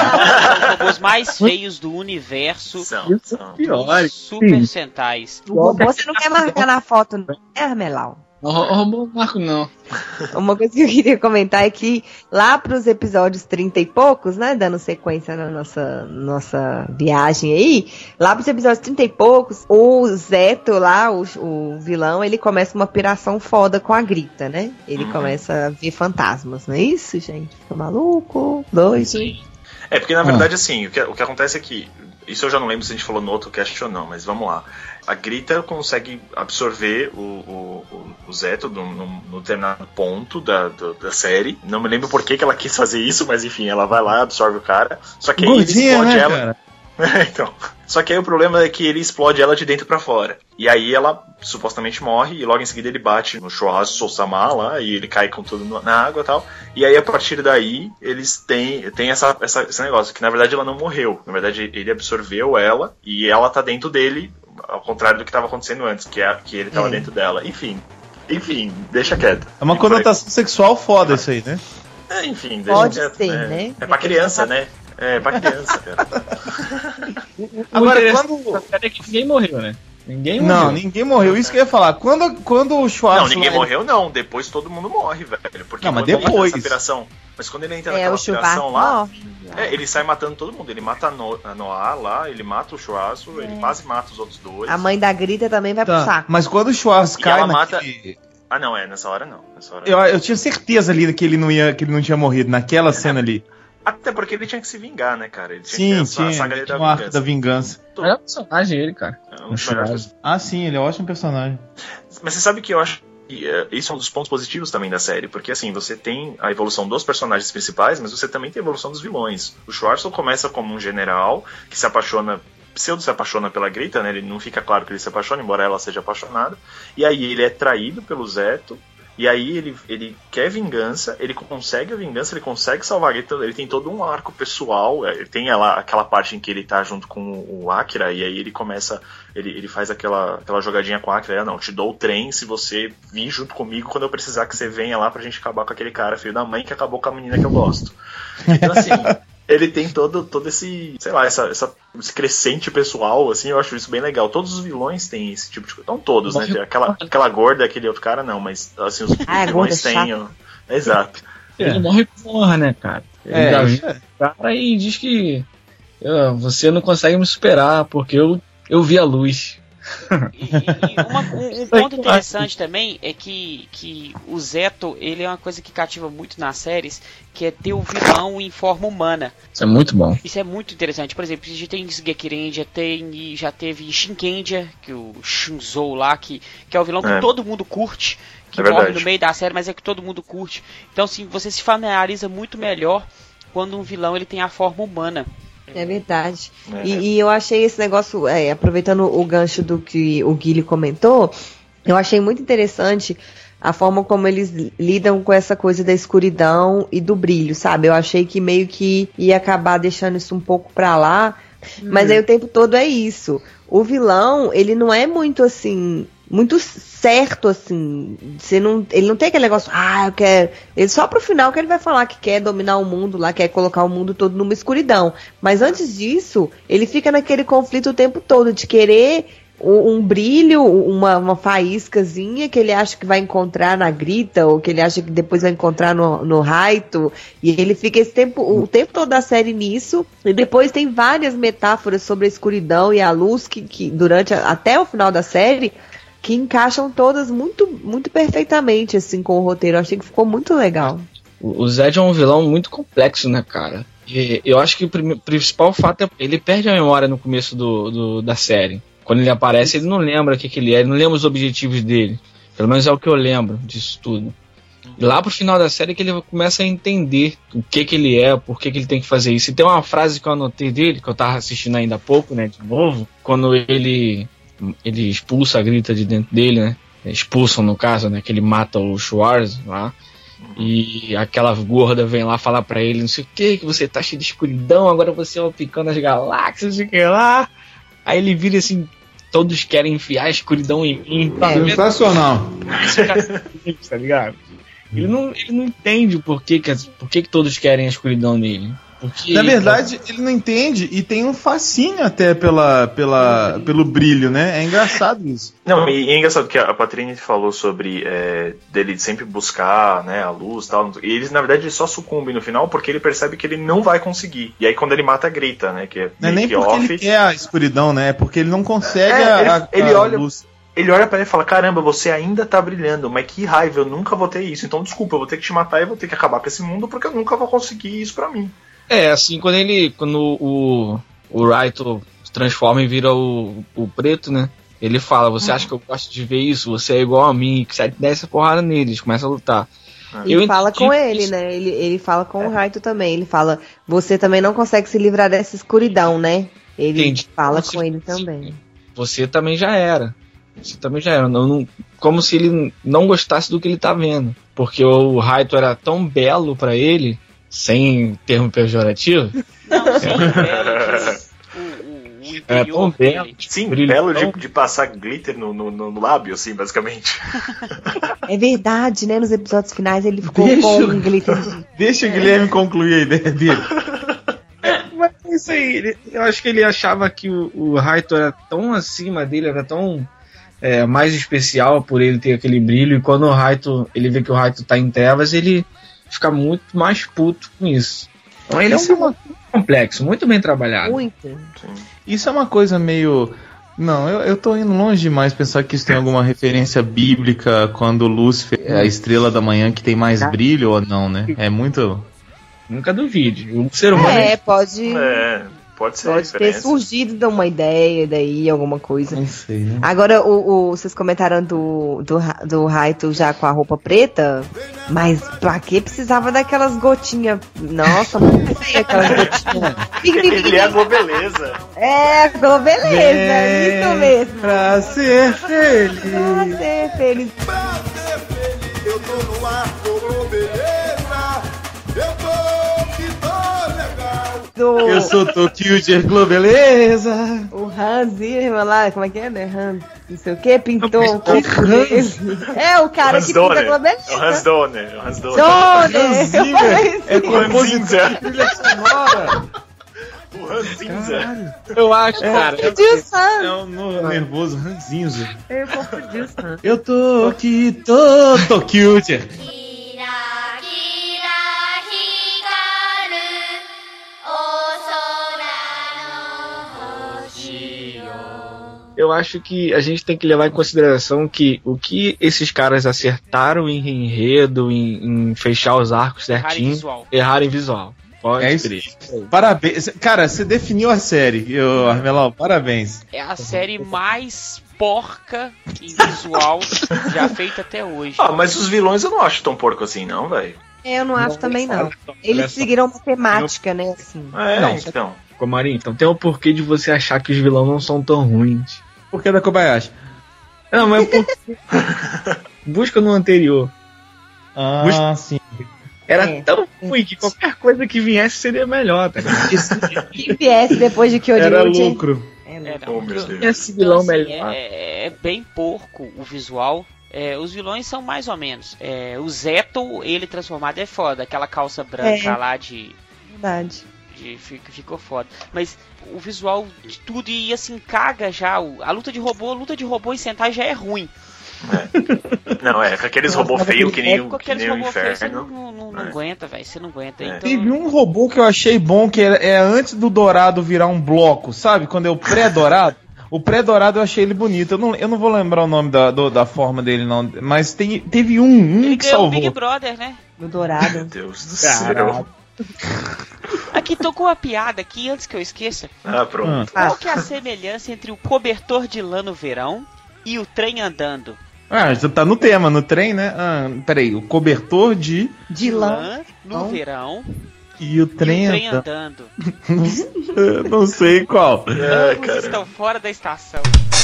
São os robôs mais feios do universo. São, são. Piores. Super Sentais. O robô você não quer marcar na foto, não é, Armelau? O ro- o robô não marco, não. Uma coisa que eu queria comentar é que lá pros episódios trinta e poucos, né, dando sequência na nossa, nossa viagem aí, lá pros episódios trinta e poucos, o Zeto lá, o, o vilão, ele começa uma piração foda com a Grita, né? Ele Uhum. começa a ver fantasmas, não é isso, gente? Fica maluco, doido. Isso aí. É, porque na verdade, assim, o que, o que acontece é que. Isso eu já não lembro se a gente falou no outro cast ou não, mas vamos lá. A Grita consegue absorver o, o, o- o Zeto no, no, no determinado ponto da, do- da série. Não me lembro por que, que ela quis fazer isso, mas enfim, ela vai lá, absorve o cara. Só que aí ele Gordinha, explode né, ela. cara? Então. Só que aí o problema é que ele explode ela de dentro pra fora. E aí ela supostamente morre, e logo em seguida ele bate no churrasco Sousama lá, e ele cai com tudo no- na água e tal. E aí a partir daí eles têm, têm essa, essa, esse negócio, que na verdade ela não morreu. Na verdade ele absorveu ela, e ela tá dentro dele, ao contrário do que tava acontecendo antes, que, é, que ele tava É. dentro dela. Enfim. Enfim, deixa quieto. É uma E por aí- conotação sexual foda isso aí, né? É, enfim, deixa Pode quieto. ser, é, né? É pra criança, né? É pra criança, cara. Agora, O interessante quando- dessa série é que ninguém morreu, né? Ninguém morreu. Não, ninguém morreu. Isso que eu ia falar. Quando, quando o Schwarz... Não, ninguém lá- morreu, não. Depois todo mundo morre, velho. Porque Não, mas quando ele entra depois. nessa operação. Mas quando ele entra É, naquela o Chewbacca operação lá. morre. É, ele sai matando todo mundo. Ele mata a, no a Noah lá, ele mata o Schwarzo, é. ele quase mata os outros dois. A mãe da Grita também vai tá. pro saco. Mas quando o Schwarzo e cai ela naquele... mata... Ah, não, é, nessa hora não. Nessa hora eu, não. eu tinha certeza ali que ele não, ia, que ele não tinha morrido, naquela é. cena ali. Até porque ele tinha que se vingar, né, cara? Ele tinha sim, que ter tinha, saga tinha o arco da vingança. É um personagem ele, cara. É um personagem. Ah, sim, ele é um ótimo personagem. Mas você sabe que eu acho que uh, isso é um dos pontos positivos também da série, porque assim, você tem a evolução dos personagens principais, mas você também tem a evolução dos vilões. O Schwarzo começa como um general que se apaixona, pseudo se apaixona pela Grita, né? Ele não fica claro que ele se apaixona, embora ela seja apaixonada. E aí ele é traído pelo Zeto. E aí ele, ele quer vingança, ele consegue a vingança, ele consegue salvar a Grita, ele tem todo um arco pessoal, ele tem ela, aquela parte em que ele tá junto com o Akira, e aí ele começa, ele, ele faz aquela, aquela jogadinha com o Akira, não, te dou o trem se você vir junto comigo quando eu precisar que você venha lá pra gente acabar com aquele cara, filho da mãe, que acabou com a menina que eu gosto. Então assim... Ele tem todo, todo esse, sei lá, essa, essa, esse crescente pessoal, assim, eu acho isso bem legal. Todos os vilões têm esse tipo de coisa. Não todos, né? Tem aquela, aquela gorda, aquele outro cara, não, mas assim, os ah, vilões têm. Ó, exato. Ele é. morre com honra, né, cara? Ele é, já vira o cara e diz que eu, você não consegue me superar, porque eu, eu vi a luz. E, e uma, um, um ponto interessante também é que, que o Zeto, ele é uma coisa que cativa muito nas séries, que é ter o vilão em forma humana. Isso é muito bom. Isso é muito interessante. Por exemplo, a gente tem Gekirendia, tem, já teve Shinkendia, que o Shunzou lá, que, que é o vilão que é. todo mundo curte, que é morre no meio da série, mas é que todo mundo curte. Então, assim, você se familiariza muito melhor quando um vilão ele tem a forma humana. É verdade. É. E, e eu achei esse negócio, é, aproveitando o gancho do que o Guilherme comentou, eu achei muito interessante a forma como eles lidam com essa coisa da escuridão e do brilho, sabe? Eu achei que meio que ia acabar deixando isso um pouco pra lá, hum. mas aí o tempo todo é isso. O vilão, ele não é muito assim... muito certo, assim, você não, ele não tem aquele negócio, ah, eu quero, ele só pro final que ele vai falar que quer dominar o mundo lá, quer colocar o mundo todo numa escuridão, mas antes disso, ele fica naquele conflito o tempo todo, de querer um, um brilho, uma, uma faíscazinha que ele acha que vai encontrar na Grita, ou que ele acha que depois vai encontrar no, no Raito, e ele fica esse tempo, o tempo todo da série nisso, e depois tem várias metáforas sobre a escuridão e a luz, que, que durante, a, até o final da série, que encaixam todas muito, muito perfeitamente, assim, com o roteiro. Eu achei que ficou muito legal. O Zed é um vilão muito complexo, né, cara? E eu acho que o prim- principal fato é que ele perde a memória no começo do, do, da série. Quando ele aparece, ele não lembra o que, que ele é, ele não lembra os objetivos dele. Pelo menos é o que eu lembro disso tudo. E lá pro final da série que ele começa a entender o que que ele é, por que que ele tem que fazer isso. E tem uma frase que eu anotei dele, que eu tava assistindo ainda há pouco, né, de novo, quando ele... ele expulsa a Grita de dentro dele, né? Expulsam, no caso, né? Que ele mata o Schwarz lá. E aquela gorda vem lá falar pra ele, não sei o que, que você tá cheio de escuridão, agora você é o picão das galáxias, não sei o que lá. Aí ele vira assim, todos querem enfiar a escuridão em mim. É, sensacional. Tá ligado? Ele não, ele não entende o porquê que, porquê que todos querem a escuridão nele. Porque na verdade, ele... ele não entende e tem um fascínio até pela, pela, pelo brilho, né? É engraçado isso. Não, e é engraçado que a Patrícia falou sobre é, dele sempre buscar, né, a luz e tal. E ele, na verdade, ele só sucumbe no final porque ele percebe que ele não vai conseguir. E aí quando ele mata a Grita, né? Que é não é nem porque off, ele quer a escuridão, né? É porque ele não consegue é, a, ele, a, ele a olha, luz. Ele olha pra ele e fala, caramba, você ainda tá brilhando, mas que raiva, eu nunca vou ter isso. Então desculpa, eu vou ter que te matar e vou ter que acabar com esse mundo porque eu nunca vou conseguir isso pra mim. É, assim, quando ele. Quando o, o Raito se transforma e vira o, o preto, né? Ele fala, você uhum. acha que eu gosto de ver isso? Você é igual a mim, que sai dessa porrada nele, eles começam a lutar. E eu fala com ele, isso. né? Ele, ele fala com é. o Raito também. Ele fala, você também não consegue se livrar dessa escuridão, né? Ele Entendi. fala você, com ele também. Você também já era. Você também já era. Não, não, como se ele não gostasse do que ele tá vendo. Porque o Raito era tão belo pra ele. Sem termo pejorativo? Não, sim, é, o, o é tão belo. Sim, belo de, de passar glitter no, no, no lábio, assim, basicamente. É verdade, né? Nos episódios finais ele ficou deixa, com um glitter. Deixa o Guilherme concluir a ideia dele. Mas é isso aí, ele, eu acho que ele achava que o, o Raito era tão acima dele, era tão é, mais especial por ele ter aquele brilho, e quando o Raito, ele vê que o Raito tá em trevas, ele fica muito mais puto com isso. Então ele é um, complexo, muito bem trabalhado. Muito. Isso é uma coisa meio... Não, eu, eu tô indo longe demais pensar que isso tem alguma referência bíblica quando Lúcifer é a estrela da manhã que tem mais brilho ou não, né? É muito... Nunca duvide. O ser humano É, é... pode, É, pode ser pode ter referência. surgido de uma ideia daí, alguma coisa. Não sei, né? Agora, o, o- vocês comentaram do, do, Ra- do Raito já com a roupa preta, mas pra que precisava daquelas gotinhas? Nossa, muito feia aquelas gotinhas. Ele é a Globeleza. É, pela beleza, isso mesmo. Pra ser feliz. Pra ser feliz. Eu tô no ar, tô beleza. Eu tô que tô legal. Do, Eu sou Tokyo de Globeleza. o Hans Zimmer lá, como é que é, né? Hans, não sei o que, pintou o corpo Hans- dele. É, o cara Hans que pinta Donner. a beleza. É o Hans Donner. É o Hans Donner. Donner. Hans Zimmer é O Hans compositor Zinza. de trilha sonora. O Hans Zinza. Eu acho, cara. Confundi os É Hans. um no- nervoso, Ranzinzo. Eu confundi os Hans. Eu tô aqui, tô Tokyo de... キラキラ光るお空の星よ Eu acho que a gente tem que levar em consideração que o que esses caras acertaram em enredo, em, em fechar os arcos Errar em certinho, visual. erraram em visual. Pode É isso. crer. Parabéns. Cara, você definiu a série, eu, Armelão, parabéns. É a série mais porca em visual já feita até hoje. Ah, mas os vilões eu não acho tão porco assim, não, velho. Eu não acho também, não. Olha Eles só. seguiram uma temática, né, assim. É, Não, então. Comarim, então tem o porquê de você achar que os vilões não são tão ruins. Por que da Kobayashi? Não, mas por... busca no anterior. Ah, Busca- sim. Era É. tão ruim que qualquer coisa que viesse seria melhor, tá ligado? Quem viesse depois de que Era Odiuchi... lucro. É, É, lucro. não. Oh, meu Deus. Esse vilão assim, melhor. É, é bem porco o visual. É, os vilões são mais ou menos. É, o Zeto, ele transformado é foda. Aquela calça branca É. lá de, Verdade. de- fica- ficou foda. Mas o visual de tudo e assim caga já. O- a luta de robô, a luta de robô em Sentai já é ruim. Não, é, com aqueles Nossa, robôs mas feios que nem, Com o- que aqueles nem o robôs feios, você não, inferno. não, não- não É. aguenta, velho. Você não aguenta. É. Então, Teve um robô que eu achei bom, que é, é antes do dourado virar um bloco, sabe? Quando é o pré-dourado. O pré-dourado eu achei ele bonito. Eu não, eu não vou lembrar o nome da, do- da forma dele, não. Mas tem, teve um, um ele que ganhou o salvou. Big Brother, né? No Meu Dourado. Deus do Caralho. céu. Aqui tocou uma piada aqui, antes que eu esqueça. Ah, pronto. Qual que é a semelhança entre o cobertor de lã no verão e o trem andando? Ah, já tá no tema, no trem, né? Ah, peraí, o cobertor de De lã. no Não. verão e o e trem, o trem anda- andando. Eu não sei qual. É, Ambos cara. estão fora da estação.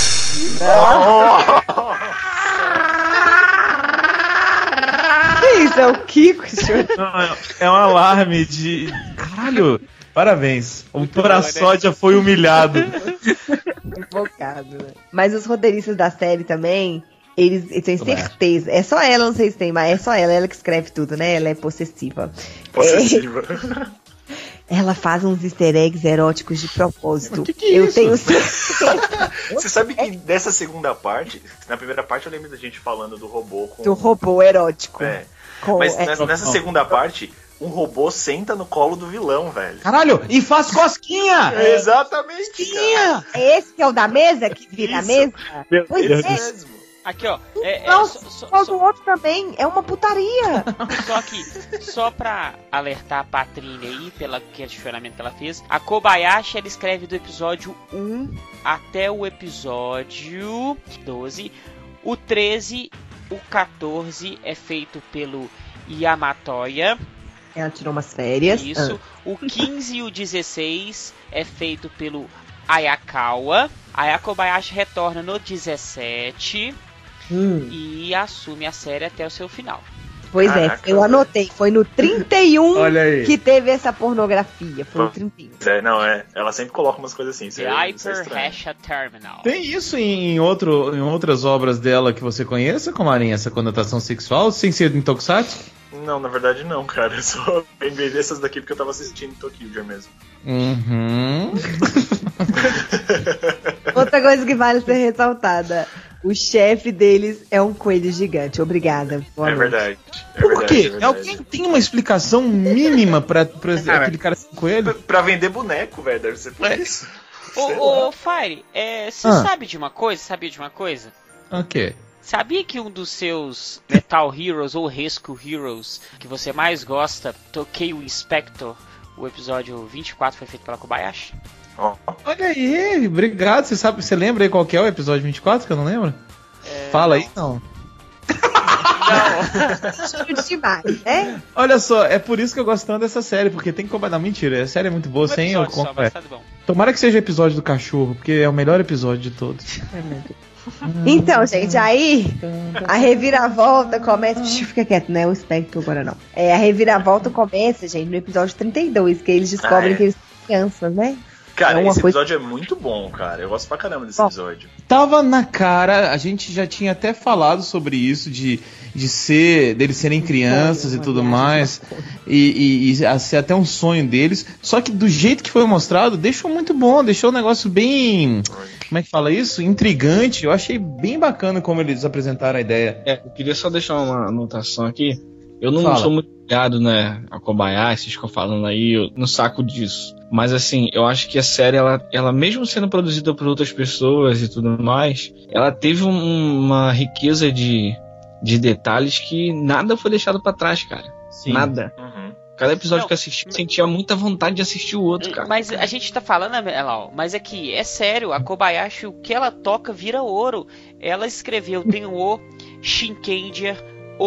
Que isso? É o Kiko, senhor? Não, é- é um alarme de. Caralho! Parabéns. O Muito Praçódia foi humilhado. Invocado, né? Mas os roteiristas da série também, eles, eles têm Como é? certeza. É só ela, não sei se tem, mas é só ela, ela que escreve tudo, né? Ela é possessiva. Possessiva. Ela faz uns easter eggs eróticos de propósito. Que que é eu isso? tenho certeza Você sabe que dessa segunda parte, na primeira parte eu lembro da gente falando do robô com. do robô erótico. É. Com- Mas é- nessa, nessa segunda parte, um robô senta no colo do vilão, velho. Caralho! E faz cosquinha! Exatamente, cara. é esse que é o da mesa, que vira a Isso. mesa? Meu Pois Deus. é. Mesmo. Aqui, ó. É, é, Não, só, só- só só- do outro também. É uma putaria. só que, só pra alertar a Patrícia aí, pelo questionamento que ela fez, a Kobayashi, ela escreve do episódio um até o episódio doze. O treze, o quatorze é feito pelo Yamatoya. Ela tirou umas férias. Isso. O quinze e o dezesseis é feito pelo Ayakawa. A Kobayashi retorna no dezessete Ah, hum. e assume a série até o seu final. Pois Caraca, é, eu anotei. Foi no trinta e um Olha aí. que teve essa pornografia. Foi no trinta e um. É, não, é. Ela sempre coloca umas coisas assim. Isso The é, isso é Hyper estranho. Hasha Terminal. Tem isso em, em outro, em outras obras dela que você conheça, Comarinha, essa conotação sexual, sem ser do Intoxate? Não, na verdade não, cara. Eu só lembrei dessas daqui porque eu tava assistindo Tokyo mesmo. Uhum. Outra coisa que vale ser ressaltada. O chefe deles é um coelho gigante. Obrigada. Boa É noite. verdade. É Por verdade, quê? é verdade. Alguém tem uma explicação mínima pra, pra Cara, aquele cara ser coelho? Pra, pra vender boneco, velho, deve ser por isso. Sei Ô, ô Fire, é, você Ah. sabe de uma coisa? Sabia de uma coisa? Ok. Sabia que um dos seus Metal Heroes ou Rescue Heroes que você mais gosta, Tokyo Inspector, o episódio vinte e quatro foi feito pela Kobayashi? Ó, Olha aí, obrigado. Você sabe, você lembra aí qual que é o episódio vinte e quatro, que eu não lembro? Fala aí, não. Não. Demais, né? Olha só, é por isso que eu gosto tanto dessa série, porque tem que combinar. Não, mentira, a série é muito boa, Um sem eu episódio só, compro. mas tá bom. Tomara que seja o episódio do cachorro, porque é o melhor episódio de todos. Então, gente, aí a reviravolta começa. Fica quieto, né? O espectro agora não. É, a reviravolta começa, gente, no episódio trinta e dois, que eles descobrem Ah, é. que eles são crianças, né? cara, É uma esse coisa- episódio é muito bom, cara. Eu gosto pra caramba desse Bom. episódio. Tava na cara, a gente já tinha até falado sobre isso, de, de ser, deles serem crianças e tudo mais, e, e, e a ser até um sonho deles, só que do jeito que foi mostrado, deixou muito bom, deixou o negócio bem, como é que fala isso? Intrigante, eu achei bem bacana como eles apresentaram a ideia. É, Eu queria só deixar uma anotação aqui. Eu não Fala. sou muito ligado, né, a Kobayashi, vocês ficam falando aí, eu não saco disso. Mas assim, eu acho que a série, ela, ela mesmo sendo produzida por outras pessoas e tudo mais, ela teve um- uma riqueza de, de detalhes que nada foi deixado pra trás, cara. Sim. Nada. Uhum. Cada episódio Não, que eu assisti, eu sentia muita vontade de assistir o outro, cara. Mas a gente tá falando, né, Elau, mas é que é sério, a Kobayashi, o que ela toca vira ouro. Ela escreveu Tenwo, Shinkendia,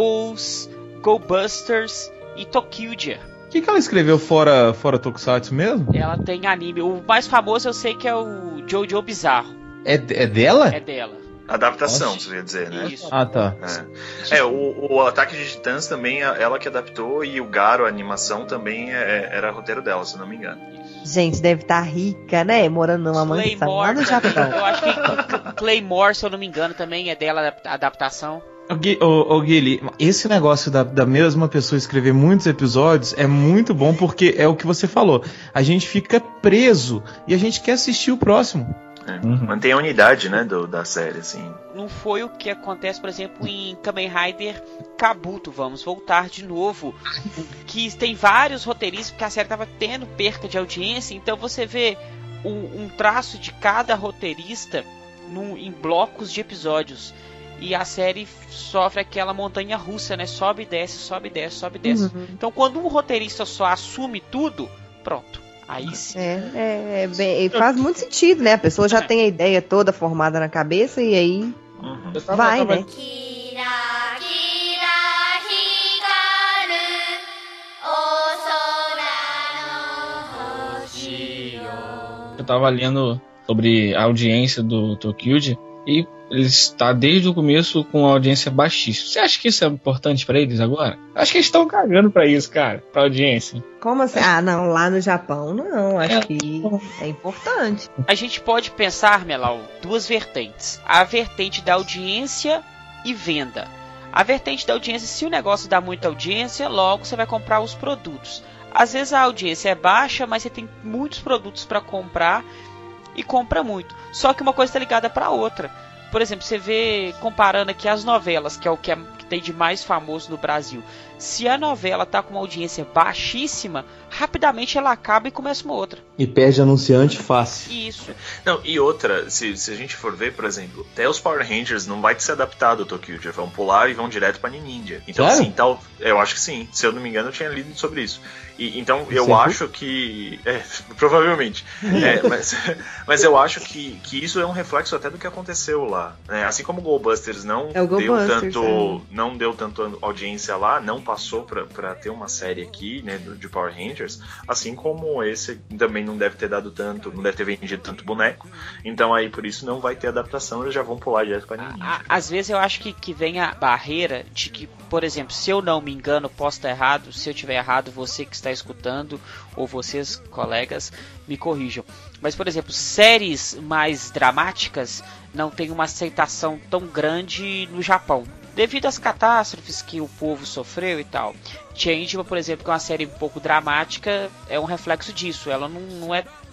Ous, Go Busters e Tokyuja. O que, que ela escreveu fora, fora Tokusatsu mesmo? Ela tem anime. O mais famoso eu sei que é o Jojo Bizarro. É, é dela? É dela. Adaptação, Nossa. você ia dizer, né? Isso. Ah, tá. É, é o, o Ataque de Titãs também, é ela que adaptou, e o Garo, a animação, também é- era roteiro dela, se eu não me engano. Gente, deve estar rica, né? Morando numa mansão lá Claymore no também. Japão. Eu acho que Cl- Claymore, se eu não me engano, também é dela a adaptação. Ô, Gui- ô, ô, Guilherme, esse negócio da, da mesma pessoa escrever muitos episódios é muito bom porque é o que você falou. A gente fica preso e a gente quer assistir o próximo. É. Mantém a unidade, né, do, da série, assim. Não foi o que acontece, por exemplo, em Kamen Rider Kabuto. Vamos voltar de novo. Que tem vários roteiristas, porque a série estava tendo perca de audiência. Então você vê um, um traço de cada roteirista num, em blocos de episódios. E a série sofre aquela montanha russa, né? Sobe e desce, sobe e desce, sobe e desce. Uhum. Então quando um roteirista só assume tudo, pronto. Aí sim. É, é, é bem- faz muito sentido, né? A pessoa já tem a ideia toda formada na cabeça e aí Uhum. Eu tava- vai, tava- né? キラキラ光るお空の星よ Eu tava lendo sobre a audiência do Tokyuji e ele está desde o começo com a audiência baixíssima. Você acha que isso é importante pra eles agora? Acho que eles estão cagando pra isso, cara, pra audiência. Como assim? Ah, não, lá no Japão não, acho É. que é importante. A gente pode pensar, Melau, duas vertentes. A vertente da audiência e venda. A vertente da audiência, se o negócio dá muita audiência, logo você vai comprar os produtos. Às vezes a audiência é baixa, mas você tem muitos produtos para comprar e compra muito. Só que uma coisa está ligada para a outra. Por exemplo, você vê, comparando aqui as novelas, que é o que, é, que tem de mais famoso no Brasil. Se a novela está com uma audiência baixíssima, rapidamente ela acaba e começa uma outra. E perde anunciante fácil. Isso. Não, e outra, se, se a gente for ver, por exemplo, até os Power Rangers não vai ser adaptado ao Tokyo, vão pular e vão direto pra Ninja. Então, Sério? assim, tal, eu acho que sim. Se eu não me engano, eu tinha lido sobre isso. E, então, eu Você acho que. É, provavelmente. É, mas, mas eu acho que, que isso é um reflexo até do que aconteceu lá. Né? Assim como o Goldbusters não É o deu Goldbusters, tanto. Não deu tanto audiência lá, não passou pra, pra ter uma série aqui, né, do, de Power Rangers, assim como esse também não deve ter dado tanto, não deve ter vendido tanto boneco. Então aí por isso não vai ter adaptação, eles já vão pular direto pra Ninja. A- Às vezes eu acho que, que vem a barreira de que, por exemplo, se eu não me engano, posso estar errado, se eu tiver errado, você que está escutando, ou vocês, colegas, me corrijam. Mas, por exemplo, séries mais dramáticas não têm uma aceitação tão grande no Japão, devido às catástrofes que o povo sofreu e tal. Changeman, por exemplo, que é uma série um pouco dramática, é um reflexo disso. Ela não, não é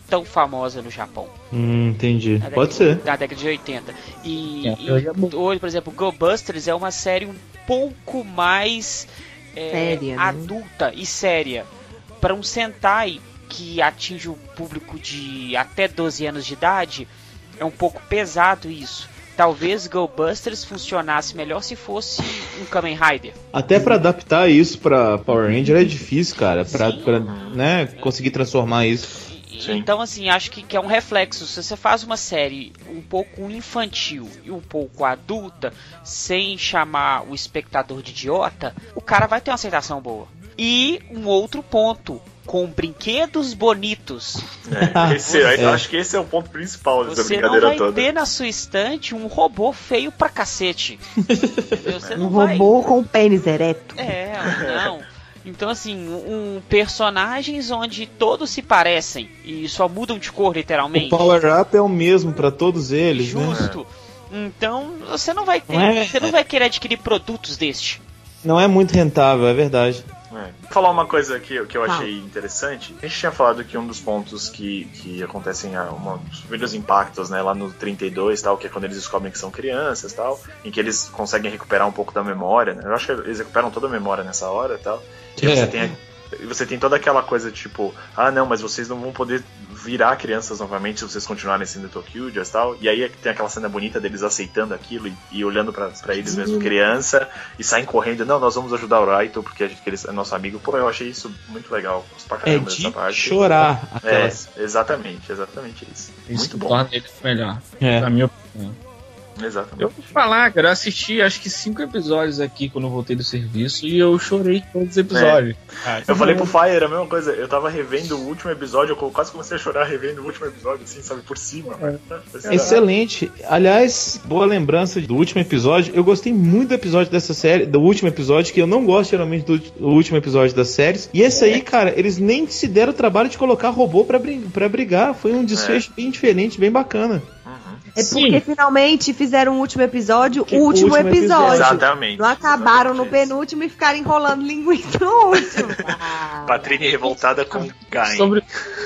tão famosa no Japão. Hum, entendi. Na Pode década, ser. Na década de oitenta. E, É, e eu já- hoje, por exemplo, Go Busters é uma série um pouco mais é, Séria, né? adulta e séria. Para um Sentai que atinge o público de até doze anos de idade, é um pouco pesado isso. Talvez Go Busters funcionasse melhor se fosse um Kamen Rider. Até pra adaptar isso pra Power Ranger é difícil, cara. Pra, Sim. pra, né, conseguir transformar isso. Sim. Então, assim, acho que, que é um reflexo. Se você faz uma série um pouco infantil e um pouco adulta, sem chamar o espectador de idiota, o cara vai ter uma aceitação boa. E um outro ponto, com brinquedos bonitos. É, esse, eu É. acho que esse é o ponto principal dessa Você não brincadeira vai toda. ter na sua estante um robô feio pra cacete. Entendeu? Você Um não vai... robô com pênis ereto. É, não. Então, assim, um personagens onde todos se parecem e só mudam de cor, literalmente. O power-up é o mesmo pra todos eles, né? Justo. Então, você não vai ter, Não é- você não vai querer adquirir produtos deste. Não é muito rentável, é verdade. É. Vou falar uma coisa que, que eu Fala. achei interessante. A gente tinha falado que um dos pontos que, que acontecem, ah, uma, os primeiros impactos, né, lá no trinta e dois, tal, que é quando eles descobrem que são crianças, tal, em que eles conseguem recuperar um pouco da memória, né? Eu acho que eles recuperam toda a memória nessa hora, tal. E É. você tem E você tem toda aquela coisa tipo, ah não, mas vocês não vão poder virar crianças novamente se vocês continuarem sendo Tokyujas e tal. E aí tem aquela cena bonita deles aceitando aquilo e, e olhando pra, pra eles mesmo criança e saem correndo, não, nós vamos ajudar o Raito porque a gente, que ele é nosso amigo. Pô, eu achei isso muito legal. Gosto pra É caramba de dessa parte. chorar. É, Aquelas... exatamente, exatamente isso. Isso Muito bom. torna ele melhor. É. Na minha opinião. Exatamente. Eu vou falar, cara, eu assisti acho que cinco episódios aqui quando eu voltei do serviço e eu chorei todos os episódios. Eu falei pro Fire a mesma coisa, eu tava revendo o último episódio, eu quase comecei a chorar revendo o último episódio, assim, sabe, por cima. Excelente. Aliás, boa lembrança do último episódio. Eu gostei muito do episódio dessa série, do último episódio, que eu não gosto geralmente do, do último episódio das séries. E esse aí, cara, eles nem se deram o trabalho de colocar robô pra, brin- pra brigar. Foi um desfecho bem diferente, bem bacana. É porque finalmente fizeram o último episódio, Que o último, último episódio. episódio. Exatamente. Não acabaram no Exatamente. penúltimo e ficaram enrolando linguiça no último. Patrine revoltada com Gain. Sobre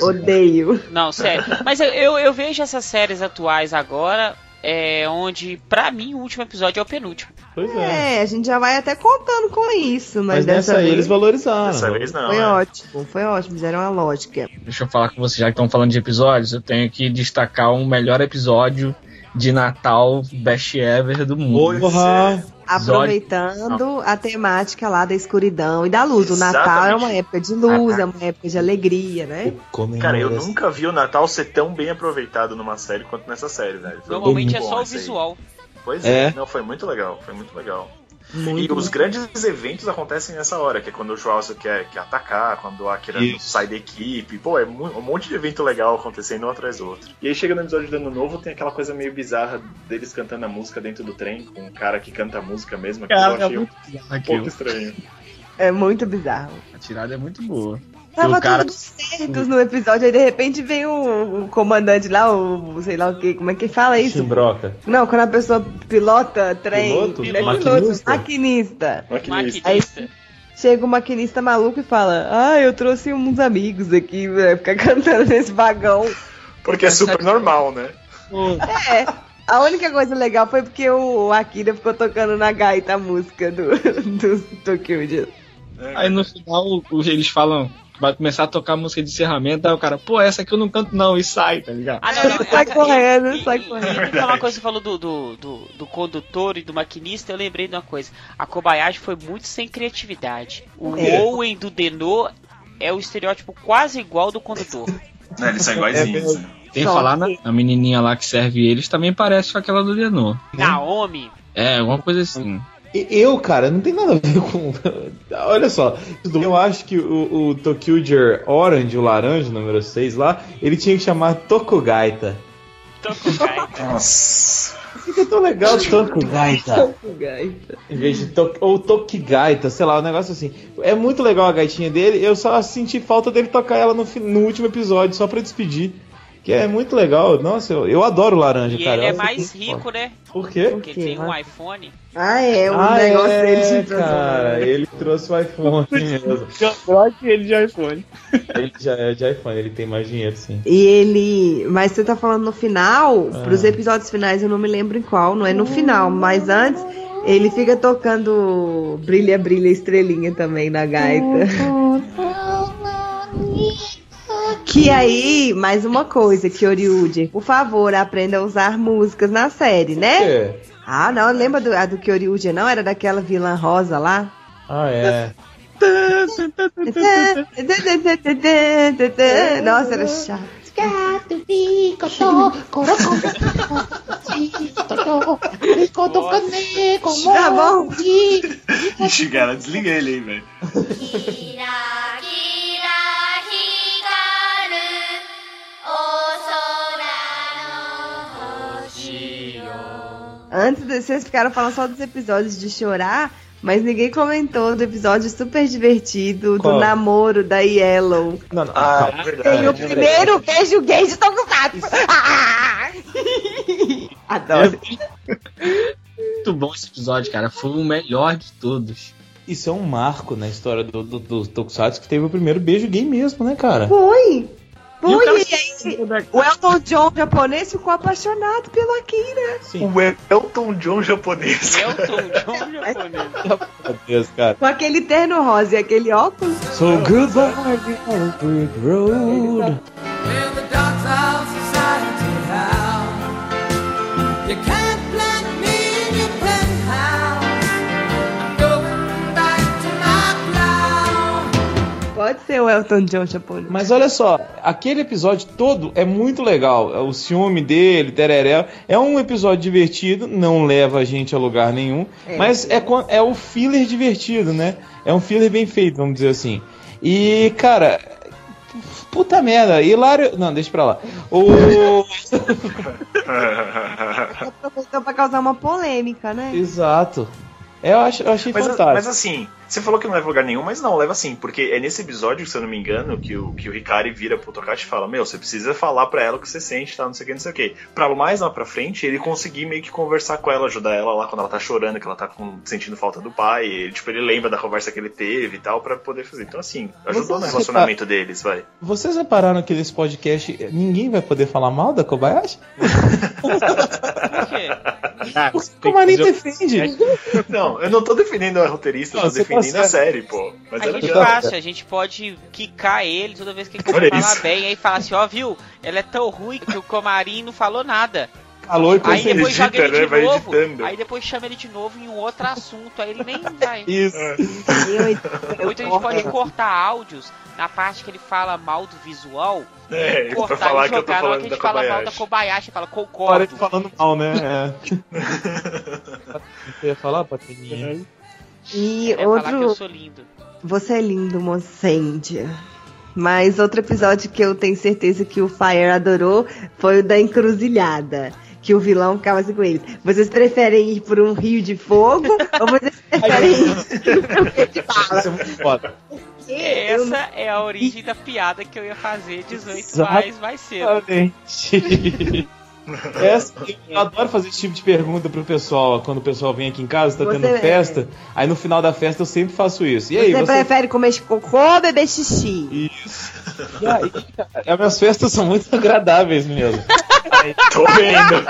Odeio. Não, sério. Mas eu, eu, eu vejo essas séries atuais agora, é, onde, pra mim, o último episódio é o penúltimo. Pois é. É, a gente já vai até contando com isso, mas, Mas dessa nessa aí vez eles valorizaram. Dessa vez não. foi é. ótimo, foi ótimo, fizeram uma lógica. Deixa eu falar com vocês, já que estão falando de episódios, eu tenho que destacar um melhor episódio de Natal Best Ever do mundo. Porra. Aproveitando a temática lá da escuridão e da luz. O Natal é Exatamente. uma época de luz, é uma época de alegria, né? Cara, eu nunca vi o Natal ser tão bem aproveitado numa série quanto nessa série, velho. Foi Normalmente muito é bom só o isso aí. visual. Pois é. É. Não, foi muito legal, foi muito legal. Muito E os grandes eventos acontecem nessa hora, que é quando o Joelson quer, quer atacar, quando o Akira Isso. sai da equipe. Pô, é mu- um monte de evento legal acontecendo um atrás do outro. E aí chega no episódio do Ano Novo, tem aquela coisa meio bizarra deles cantando a música dentro do trem, com um cara que canta a música mesmo. Que Cara, eu é achei um muito bizarro pouco aquilo. estranho. É muito bizarro. A tirada é muito boa. Tava o cara- tudo certo no episódio, aí de repente vem o, o comandante lá, o sei lá o que, como é que fala isso? Chimbroca. Não, quando a pessoa pilota trem, Piloto? não é Maquinista? maquinista. Maquinista. Maquinista. Chega o maquinista maluco e fala: Ah, eu trouxe uns amigos aqui, vai ficar cantando nesse vagão. Porque é super normal, né? É. A única coisa legal foi porque o Akira ficou tocando na gaita a música do, do Tokyuja. Aí no final o- eles falam que vai começar a tocar música de encerramento, aí o cara, pô, essa aqui eu não canto não, e sai, tá ligado? Ah, não, não. Sai correndo, E- sai e- correndo. E, e uma coisa que você falou do, do, do, do condutor e do maquinista, eu lembrei de uma coisa. A Kobayashi foi muito sem criatividade. O É. Owen do Denô é o estereótipo quase igual do condutor. Não, eles são iguaizinhos. né? Tem que Só falar, na, a menininha lá que serve eles também parece com aquela do Lenor. Naomi. É, alguma coisa assim. E- Eu, cara, não tem nada a ver com. Olha só, eu acho que o, o Tokyuger Orange, o laranja, número seis lá, ele tinha que chamar Tokugaita. Tokugaita. Nossa. Fica tão legal Tokugaita. Gaita. Em vez de to ou Tokigaita, sei lá, um negócio assim. É muito legal a gaitinha dele, eu só senti falta dele tocar ela no, fi- no último episódio, só pra despedir. que é muito legal. Nossa, eu, eu adoro laranja, E cara. ele é Eu acho mais muito rico, né? Por quê? Porque ele tem um iPhone. Ah, é, o Ah, negócio é, dele de cara, ele trouxe o iPhone mesmo. Eu acho que ele de iPhone. Ele já é de iPhone, ele tem mais dinheiro, sim. E ele. Mas você tá falando no final, Ah. pros episódios finais, eu não me lembro em qual, não é no final, mas antes, ele fica tocando Brilha, Brilha, Estrelinha também na gaita. Que aí, mais uma coisa, que Oriude, por favor, aprenda a usar músicas na série, né? É. Ah, não, lembra do, a do Kyoryuji, não? Era daquela vilã rosa lá? Ah, é. Nossa, era chato. Tá bom. Ixi, cara, desliguei ele aí, velho. キラキラ光るお空の星よ Antes de, vocês ficaram falando só dos episódios de chorar, mas ninguém comentou do episódio super divertido do Qual? namoro da Yellow. Não, não. Ah, calma. é verdade. Tem o primeiro beijo gay de Tokusatsu. Ah! Adoro. Muito bom esse episódio, cara. Foi o melhor de todos. Isso é um marco na história do, do, do Tokusatsu, que teve o primeiro beijo gay mesmo, né, cara? Foi. Foi, E o cara- e aí, o Elton John japonês ficou apaixonado pelo Akira. Sim. O Elton John japonês. Elton John japonês. Meu Deus, cara. Com aquele terno rosa e aquele óculos. So goodbye, the brick road. We're the dogs of society now. You can't plant me in your penthouse. I'm going back to my plow. Pode ser o Elton John japonês. Mas olha só, aquele episódio todo é muito legal. O ciúme dele, tereré. É um episódio divertido, não leva a gente a lugar nenhum. É. Mas é, quan- é o filler divertido, né? É um filler bem feito, vamos dizer assim. E, cara, puta merda. Hilário. Não, deixa pra lá. O. Aproveitou pra causar uma polêmica, né? Exato. É, Eu, acho, eu achei Mas, fantástico. mas assim, você falou que não leva lugar nenhum, mas não, leva sim, porque é nesse episódio, se eu não me engano, que o, que o Hikari vira pro Tokachi e fala, meu, você precisa falar pra ela o que você sente, tá, não sei o que, não sei o que. Pra mais lá pra frente, ele conseguir meio que conversar com ela, ajudar ela lá quando ela tá chorando, que ela tá com- sentindo falta do pai, e, tipo, ele lembra da conversa que ele teve e tal, pra poder fazer. Então assim, ajudou Você- no relacionamento deles, vai. Vocês repararam que nesse podcast ninguém vai poder falar mal da Kobayashi? Por quê? Ah, Como a Aninha defende? Não, eu não tô defendendo a roteirista, eu Não, tô você tá defendendo a certo. série, pô. Mas A é gente legal. fácil, a gente pode quicar ele toda vez que ele Olha falar isso. bem, aí fala assim, ó, viu, ela é tão ruim que o Comarim não falou nada. Alô, e Aí depois edita, joga ele né? de Vai novo, editando. aí depois chama ele de novo em um outro assunto, aí ele nem vai. Isso. Ou então a gente pode cortar áudios na parte que ele fala mal do visual, É, pra cortar falar e que eu tô jogar na hora falando que a da gente fala mal da Kobayashi. Kobayashi, fala, Para concordo. de falando mal, né? É. Você ia falar, Patininha? E É falar que eu outro. sou lindo. Você é lindo, Mocende. Mas outro episódio que eu tenho certeza que o Fire adorou foi o da encruzilhada. Que o vilão ficava assim com eles. Vocês preferem ir por um rio de fogo ou vocês preferem ir por um rio de bala? Isso é muito foda. Essa é a origem da piada que eu ia fazer dezoito Exato. mais mais cedo. Exatamente. Essa, eu adoro fazer esse tipo de pergunta pro pessoal quando o pessoal vem aqui em casa, tá Você tendo é. festa. Aí no final da festa eu sempre faço isso. E aí, Você você. prefere comer cocô ou beber xixi? Isso. E aí, cara, as minhas festas são muito agradáveis mesmo. Tô vendo.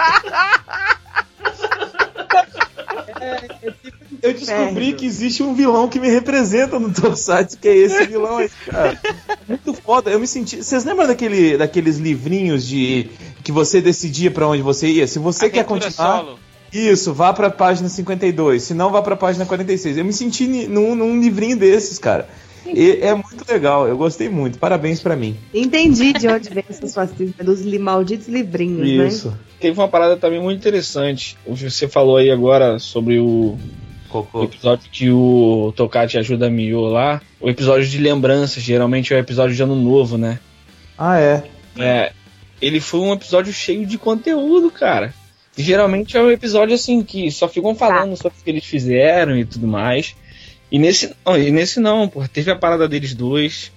Eu descobri Inferno. que existe um vilão que me representa no Tokusatsu, que é esse vilão aí, cara. Muito foda. Eu me senti. Vocês lembram daquele, daqueles livrinhos de que você decidia pra onde você ia? Se você quer Aventura continuar. solo. Isso, vá pra página cinquenta e dois. Se não, vá pra página quarenta e seis. Eu me senti ni- num, num livrinho desses, cara. E é muito legal, eu gostei muito. Parabéns pra mim. Entendi de onde vem essas fascistas dos li- malditos livrinhos, né? Isso. Teve uma parada também muito interessante. Você falou aí agora sobre o, o Cocô. episódio que o Tokachi ajuda a Mio lá. O episódio de lembranças, geralmente é o episódio de Ano Novo, né? Ah, é. É, ele foi um episódio cheio de conteúdo, cara. E geralmente é um episódio assim que só ficam falando sobre o que eles fizeram e tudo mais. E nesse, não, e nesse não, pô, teve a parada deles dois.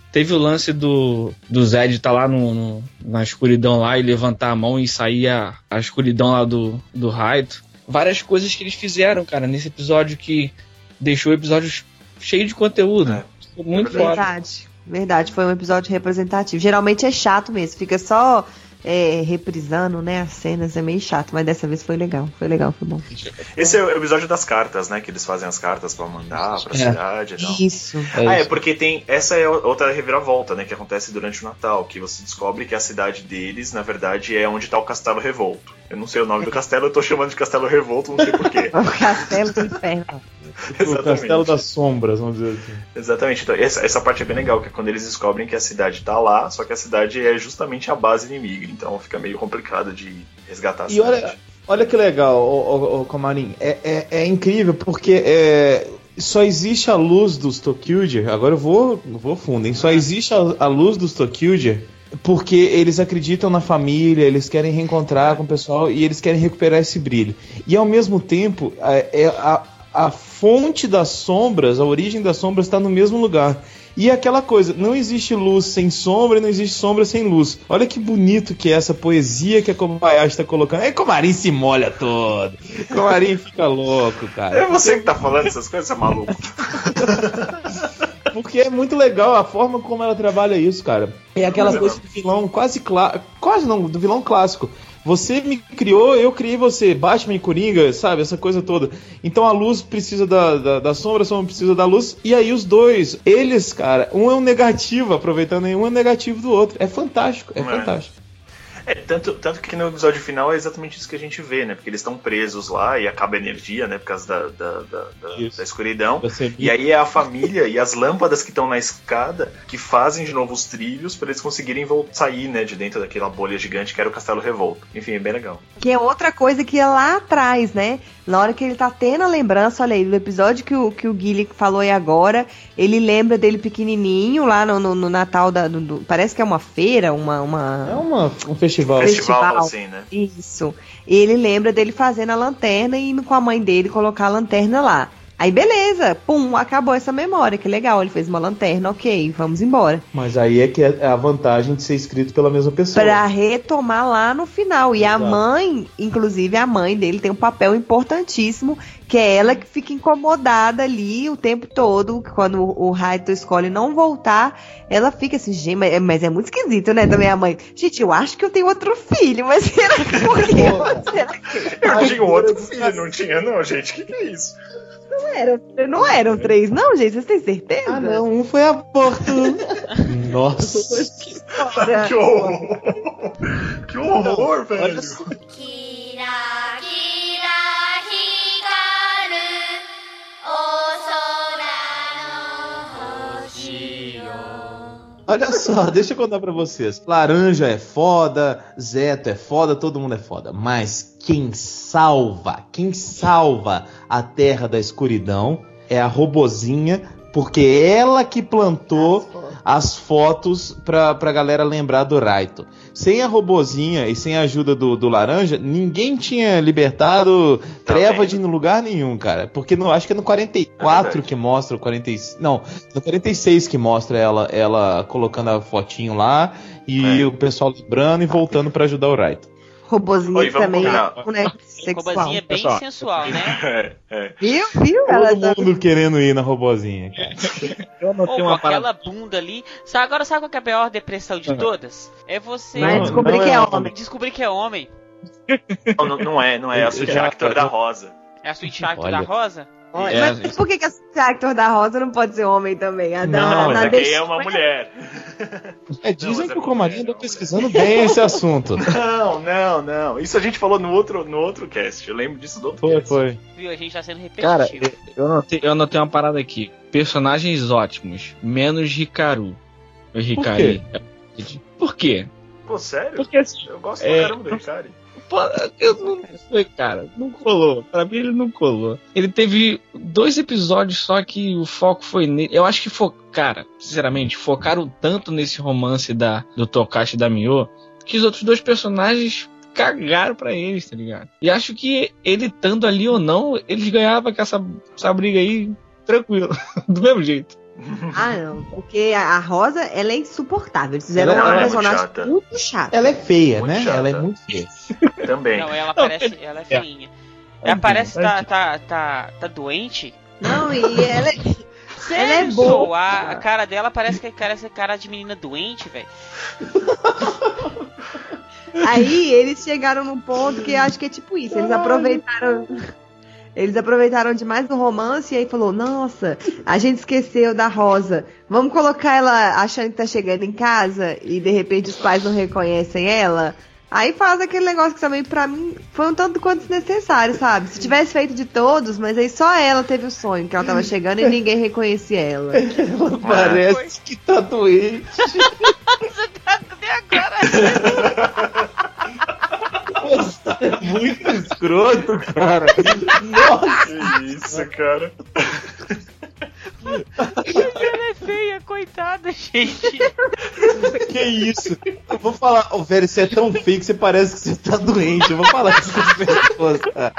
Teve o lance do, do Zed estar tá lá no, no, na escuridão lá e levantar a mão e sair a, a escuridão lá do, do Raito. Várias coisas que eles fizeram, cara, nesse episódio que deixou o episódio cheio de conteúdo. É. Muito É foda. Verdade, verdade, foi um episódio representativo. Geralmente é chato mesmo, fica só é, reprisando, né, as cenas, é meio chato, mas dessa vez foi legal, foi legal, foi bom. Esse é o episódio das cartas, né? Que eles fazem as cartas pra mandar pra É. cidade e tal. Isso. É Ah, é, isso. porque tem. Essa é outra reviravolta, né? Que acontece durante o Natal, que você descobre que a cidade deles, na verdade, é onde tá o Castelo Revolto. Eu não sei o nome do castelo, eu tô chamando de Castelo Revolto, não sei porquê. O Castelo do Inferno. O Castelo das Sombras, vamos dizer assim. Exatamente, então essa, essa parte é bem legal, que é quando eles descobrem que a cidade tá lá, só que a cidade é justamente a base inimiga, então fica meio complicado de resgatar a E cidade. olha, olha que legal, ô, ô, ô, Comarim, é, é, é incrível porque é, só existe a luz dos Tokyuger, agora eu vou, vou fundo, hein? Só existe a, a luz dos Tokyuger porque eles acreditam na família, eles querem reencontrar com o pessoal e eles querem recuperar esse brilho. E ao mesmo tempo, é, é a, a fonte das sombras, a origem das sombras está no mesmo lugar. E é aquela coisa, não existe luz sem sombra e não existe sombra sem luz. Olha que bonito que é essa poesia que a Kobayashi está colocando. Aí Komarim se molha todo. Komarim fica louco, cara. É você que tá falando essas coisas, você é maluco. Porque é muito legal a forma como ela trabalha isso, cara. É aquela coisa do vilão quase clássico. Quase não, do vilão clássico. Você me criou, eu criei você. Batman e Coringa, sabe? Essa coisa toda. Então a luz precisa da, da, da sombra, a sombra precisa da luz. E aí os dois, eles, cara, um é um negativo, aproveitando aí, um é negativo do outro. É fantástico, é, É. fantástico. É, tanto, tanto que no episódio final é exatamente isso que a gente vê, né? Porque eles estão presos lá e acaba a energia, né? Por causa da, da, da, da, Isso. da escuridão. Você- E aí é a família e as lâmpadas que estão na escada que fazem de novo os trilhos para eles conseguirem voltar, sair, né? De dentro daquela bolha gigante que era o Castelo Revolto. Enfim, é bem legal. Que é outra coisa que é lá atrás, né? Na hora que ele tá tendo a lembrança, olha aí, do episódio que o, que o Guilherme falou aí agora, ele lembra dele pequenininho lá no, no, no Natal da. Do, do- parece que é uma feira, uma. uma... É uma, um festival. Festival, Festival. assim, né? Isso. E ele lembra dele fazendo a lanterna e indo com a mãe dele colocar a lanterna lá. Aí beleza, pum, acabou essa memória, que legal, ele fez uma lanterna, ok, vamos embora. Mas aí é que é a vantagem de ser escrito pela mesma pessoa. Pra retomar lá no final. E Exato. a mãe, inclusive a mãe dele, tem um papel importantíssimo, que é ela que fica incomodada ali o tempo todo, quando o Raito escolhe não voltar, ela fica assim, gente, mas é, mas é muito esquisito, né, também a mãe. Gente, eu acho que eu tenho outro filho, mas será que por quê? Será que... Eu tinha um outro filho, não tinha, não, gente. O que, que é isso? Não eram, não eram três, não, gente? Vocês têm certeza? Ah, não, um foi aborto. Nossa. Olha, Que horror! Que horror, velho! キラキラ光るお空の星よ Olha só, deixa eu contar pra vocês. Laranja é foda, Zeto é foda, todo mundo é foda. Mas quem salva, quem salva a Terra da Escuridão é a robozinha, porque é ela que plantou as fotos pra, pra galera lembrar do Raito. Sem a robozinha e sem a ajuda do, do Laranja, ninguém tinha libertado Treva de ir no lugar nenhum, cara. Porque no, acho que é no quarenta e quatro É que mostra o quarenta e seis. Não, no quarenta e seis que mostra ela, ela colocando a fotinho lá e É. o pessoal lembrando e voltando pra ajudar o Raito. robozinho Oi, vamos também combinar. é boneco E sexual. Cobazinha é bem Pessoal, sensual, né? É, é. Viu? Viu? Ela tá- Todo mundo querendo ir na robozinha. Eu Ou anotei com uma parada. aquela bunda ali. Sabe, agora sabe qual que é a pior depressão de todas? É você Vai Não, descobrir não que é é homem. homem. descobrir que é homem. Não, não, não é, não é. É a Sweet Actor da Rosa. É a Sweet Actor Olha. da Rosa? Olha, É, mas por que, que a actor da Rosa não pode ser homem também? A da, Não, a Mas da é que aí Deixa- é uma mulher. É, dizem mas é que o mulher, Comarinho andou não, pesquisando bem esse assunto. Não, não, não. Isso a gente falou no outro, no outro cast. Eu lembro disso do outro Foi, cast. foi. Viu? A gente tá sendo Cara, repetitivo. eu anotei, eu anotei uma parada aqui. Personagens ótimos, menos Hikaru. O Hikari. Por quê? Pô, sério? Porque assim, Eu gosto É. pra caramba do Hikari. pô, eu não sei, cara, não colou. Pra mim ele não colou. Ele teve dois episódios só que o foco foi nele. Eu acho que fo... cara, sinceramente, focaram tanto nesse romance da, do Tokashi e da Mio que os outros dois personagens cagaram pra eles, tá ligado? E acho que ele estando ali ou não, eles ganhavam com essa, essa briga aí tranquilo, do mesmo jeito. Ah, não. Porque a a Rosa, ela é insuportável. Eles fizeram Ela uma é muito personagem chata. muito chata. Ela é feia, Muito né? chata. Ela é muito feia. Também. Não, ela parece. Ela é feinha. Ela parece que tá, tá, tá, tá doente. Não, e ela é... Sério, Ela é sou, boa. a, a cara dela parece que parece cara de menina doente, velho. Aí eles chegaram num ponto que eu acho que é tipo isso. Eles aproveitaram. Eles aproveitaram demais do romance e aí falou, nossa, a gente esqueceu da Rosa. Vamos colocar ela achando que tá chegando em casa e de repente os pais não reconhecem ela. Aí faz aquele negócio que também pra mim foi um tanto quanto desnecessário, sabe? Se tivesse feito de todos, mas aí só ela teve o sonho que ela tava chegando e ninguém reconhecia ela. Ela parece que tá doente. Você tá até agora. É muito escroto, cara. Nossa. Que isso, cara. Ela é feia, coitada, gente. Que isso? Eu vou falar, ô, velho, você é tão feio que você parece que você tá doente. Eu vou falar isso com as pessoas, cara.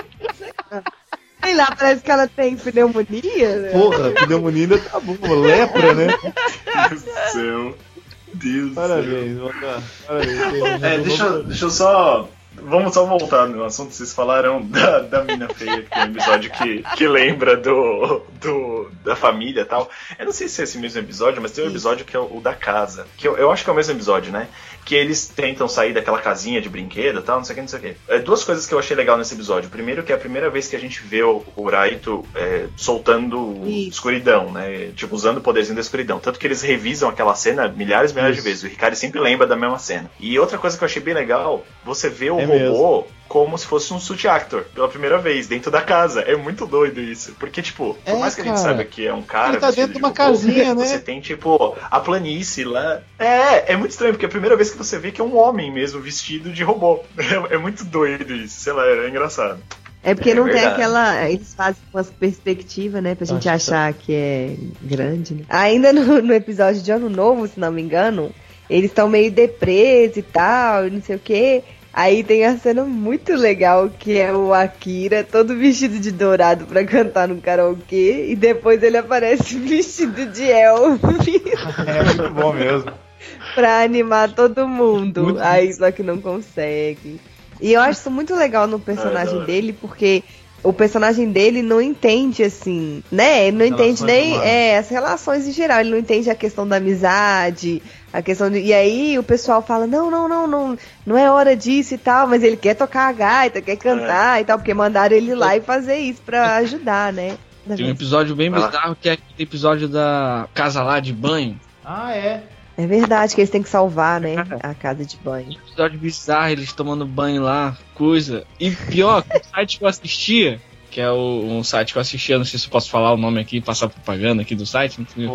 Sei lá, parece que ela tem pneumonia, né? Porra, pneumonia ainda tá bom. Lepra, né? Deus do céu. Deus Parabéns, do céu. Wanda. Parabéns. É, deixa, eu- deixa eu só. Vamos só voltar no assunto. Vocês falaram da, da mina feia, que tem um episódio que, que lembra do, do da família e tal. Eu não sei se é esse mesmo episódio, mas tem um episódio que é o, o da casa. Que eu, eu acho que é o mesmo episódio, né? Que eles tentam sair daquela casinha de brinquedo e tal, não sei o que, não sei o que. É, duas coisas que eu achei legal nesse episódio. Primeiro, que é a primeira vez que a gente vê o, o Raito é, soltando Isso. escuridão, né? Tipo, usando o poderzinho da escuridão. Tanto que eles revisam aquela cena milhares e milhares de vezes. O Hikari sempre lembra da mesma cena. E outra coisa que eu achei bem legal, você vê o É robô como se fosse um suit actor, pela primeira vez, dentro da casa. É muito doido isso. Porque, tipo, por É, mais que a gente cara. saiba que é um cara... Ele tá vestido dentro de uma robô, casinha, né? Você tem, tipo, a planície lá. É, é muito estranho, porque é a primeira vez que você vê que é um homem mesmo, vestido de robô. É, é muito doido isso, sei lá, é engraçado. É porque É não tem verdade. aquela. Eles fazem umas perspectivas, né? Pra gente Acho que achar que é grande, né? Ainda no, no episódio de Ano Novo, se não me engano, eles estão meio deprês e tal, e não sei o quê. Aí tem a cena muito legal que é o Akira todo vestido de dourado pra cantar no karaokê e depois ele aparece vestido de Elvis É muito bom mesmo. pra animar todo mundo. Muito Aí só que não consegue. E eu acho isso muito legal no personagem Ah, da hora. dele, porque o personagem dele não entende, assim, né? Ele não entende Relações nem humanas. é, as relações em geral. Ele não entende a questão da amizade, a questão de... E aí o pessoal fala, não, não, não, não, não é hora disso e tal, mas ele quer tocar a gaita, quer cantar e tal, porque mandaram ele lá e fazer isso pra ajudar, né? Tem um episódio bem Vai lá. bizarro que é aquele episódio da casa lá de banho. Ah, é. É verdade que eles têm que salvar, né? A casa de banho. Um episódio bizarro, eles tomando banho lá, coisa. E pior, que o site que eu assistia, que é o, um site que eu assistia, não sei se eu posso falar o nome aqui, passar propaganda aqui do site, não sei.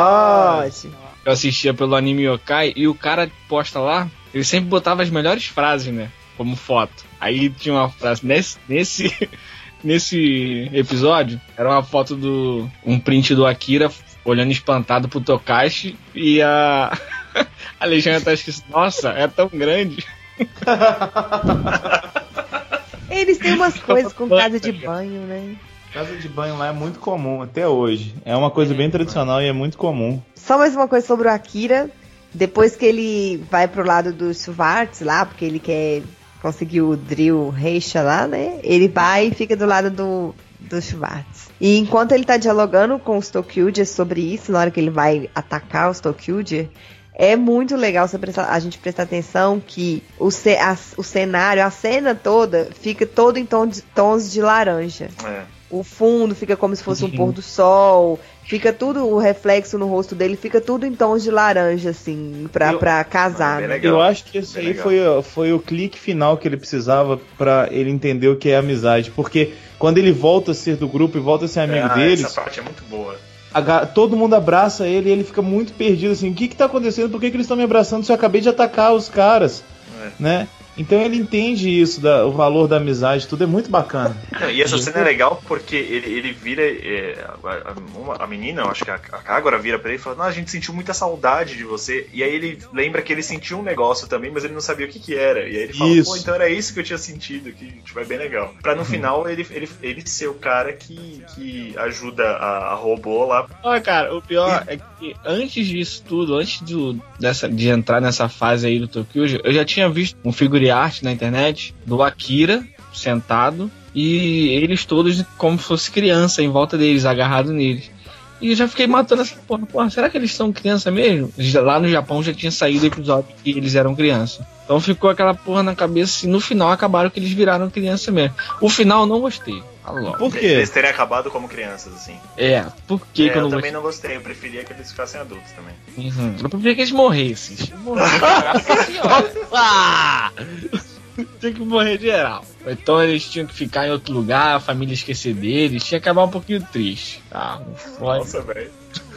Pode. Eu assistia pelo Anime Yokai e o cara posta lá, ele sempre botava as melhores frases, né? Como foto. Aí tinha uma frase nesse nesse nesse episódio, era uma foto do um print do Akira olhando espantado pro Tokashi e a a legenda tá escrito, nossa, é tão grande. Eles têm umas coisas com casa de banho, né? Casa de banho lá é muito comum até hoje. É uma coisa bem tradicional e é muito comum. Só mais uma coisa sobre o Akira. Depois que ele vai pro lado dos Schwartz lá, porque ele quer conseguir o Drill Reicha lá, né? Ele vai e fica do lado do, do Schwartz. E enquanto ele tá dialogando com os Tokyuger sobre isso, na hora que ele vai atacar os Tokyuger, é muito legal você prestar, a gente prestar atenção que o, ce, a, o cenário, a cena toda, fica todo em tom de, tons de laranja. É. O fundo fica como se fosse um pôr do sol, fica tudo, o reflexo no rosto dele, fica tudo em tons de laranja, assim, pra, Eu- pra casar, bem né? legal. Eu acho que isso Bem aí legal. foi, foi o clique final que ele precisava pra ele entender o que é amizade. Porque quando ele volta a ser do grupo e volta a ser amigo Ah, deles, essa parte é muito boa. a ga- todo mundo abraça ele e ele fica muito perdido assim. O que que tá acontecendo? Por que que eles estão me abraçando se eu acabei de atacar os caras? É. Né? Então ele entende isso, da, o valor da amizade, tudo é muito bacana. Não, e essa cena é legal porque ele, ele vira. É, a, uma, a menina, eu acho que a, a Kagura vira pra ele e fala: Não, a gente sentiu muita saudade de você. E aí ele lembra que ele sentiu um negócio também, mas ele não sabia o que, que era. E aí ele fala: Isso. Pô, então era isso que eu tinha sentido, que tipo, é bem legal. Pra no uhum. final ele, ele, ele ser o cara que, que ajuda a, a robô lá. Olha, cara, o pior é que antes disso tudo, antes do, dessa, de entrar nessa fase aí do Tokyo, eu já tinha visto um figurine arte na internet do Akira sentado e eles todos como se fosse criança em volta deles, agarrado neles. E eu já fiquei matando essa porra. Porra, será que eles são criança mesmo? Lá no Japão já tinha saído o episódio que eles eram criança. Então ficou aquela porra na cabeça e no final acabaram que eles viraram criança mesmo. O final eu não gostei. Por quê? Eles terem acabado como crianças, assim. É, por que, é, que eu não Eu gostei? também não gostei, eu preferia que eles ficassem adultos também. Uhum. Eu preferia que eles morressem. Ah! Tinha que morrer geral. Então eles tinham que ficar em outro lugar, a família esquecer deles, tinha que acabar um pouquinho triste. Tá, nossa, velho.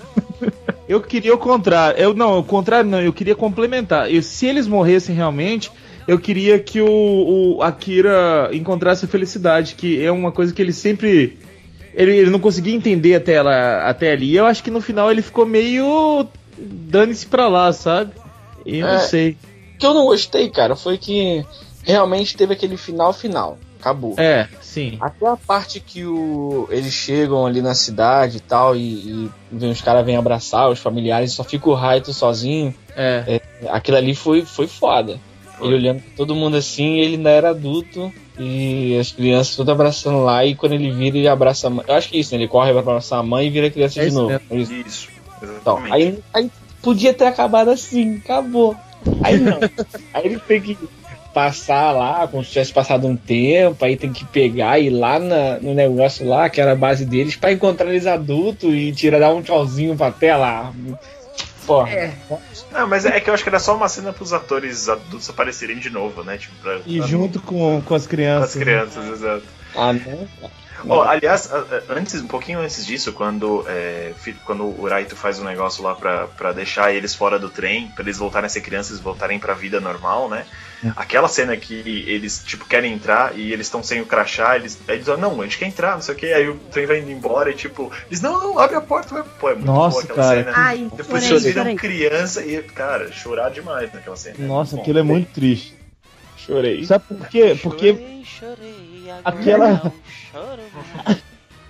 Eu queria o contrário. Eu não, o contrário não, eu queria complementar. Eu, se eles morressem realmente, eu queria que o, o Akira encontrasse a felicidade, que é uma coisa que ele sempre. Ele, ele não conseguia entender até, ela, até ali. Eu acho que no final ele ficou meio. Dane-se pra lá, sabe? Eu é, não sei. O que eu não gostei, cara, foi que realmente teve aquele final final. Acabou. É, sim. Até a parte que o, eles chegam ali na cidade e tal, e, e vem, os caras vêm abraçar os familiares, só fica o Raito sozinho. É. é. Aquilo ali foi, foi foda. Foi. Ele olhando pra todo mundo assim, ele ainda era adulto, e as crianças todas abraçando lá, e quando ele vira, ele abraça a mãe. Eu acho que é isso, né? Ele corre pra abraçar a mãe e vira criança é de novo. Mesmo. Isso. isso. Então, aí, aí podia ter acabado assim, acabou. Aí não. Aí ele tem que passar lá, como se tivesse passado um tempo, aí tem que pegar e ir lá na, no negócio lá, que era a base deles, pra encontrar eles adultos e tirar, dar um tchauzinho pra tela. Porra. É. Não, mas é que eu acho que era só uma cena pros atores adultos aparecerem de novo, né? Tipo, pra, e pra junto com, com as crianças. Com as crianças, né? Exato. Ah, não? Oh, aliás, antes, um pouquinho antes disso, quando, é, quando o Raito faz um negócio lá pra, pra deixar eles fora do trem, pra eles voltarem a ser crianças e voltarem pra vida normal, né? É. Aquela cena que eles, tipo, querem entrar e eles estão sem o crachá, eles, eles dizem, não, a gente quer entrar, não sei o que, aí o trem vai indo embora e tipo, eles, não, não, abre a porta, vai. Pô, é muito Nossa, boa aquela cara. cena. Ai, depois chorei, eles viram chorei. criança e, cara, chorar demais naquela cena. Nossa, é aquilo é muito triste. Chorei. Sabe por quê? Porque Chorei, chorei, aquela... não choro.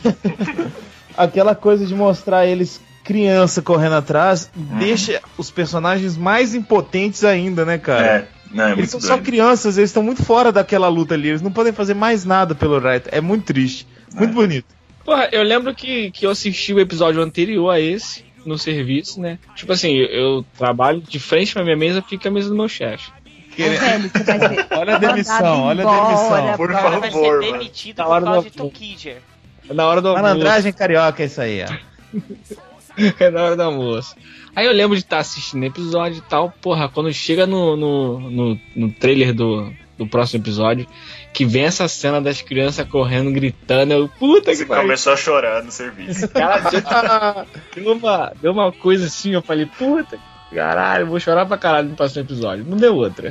Aquela coisa de mostrar eles criança correndo atrás hum. deixa os personagens mais impotentes ainda, né, cara? É, não, é muito eles são doido. só crianças, eles estão muito fora daquela luta ali, eles não podem fazer mais nada pelo Raito. É muito triste, muito é. bonito. Porra, eu lembro que, que eu assisti o episódio anterior a esse, no serviço, né? Tipo assim, eu, eu trabalho de frente pra minha mesa, fica a mesa do meu chefe. Ô, velho, você vai ser Olha a demissão, olha a embora, demissão. Por Ela favor, vai ser mano. demitido Na por hora causa do- de Tokiger. É na hora do almoço. Malandragem carioca, é isso aí, ó. É na hora do almoço. Aí eu lembro de estar assistindo o episódio e tal, porra, quando chega no, no, no, no trailer do, do próximo episódio, que vem essa cena das crianças correndo, gritando, eu, puta Você que pariu. começou a chorar no serviço. Cara, deu uma, deu, uma, deu uma coisa assim, eu falei, puta, caralho, eu vou chorar pra caralho no próximo episódio. Não deu outra.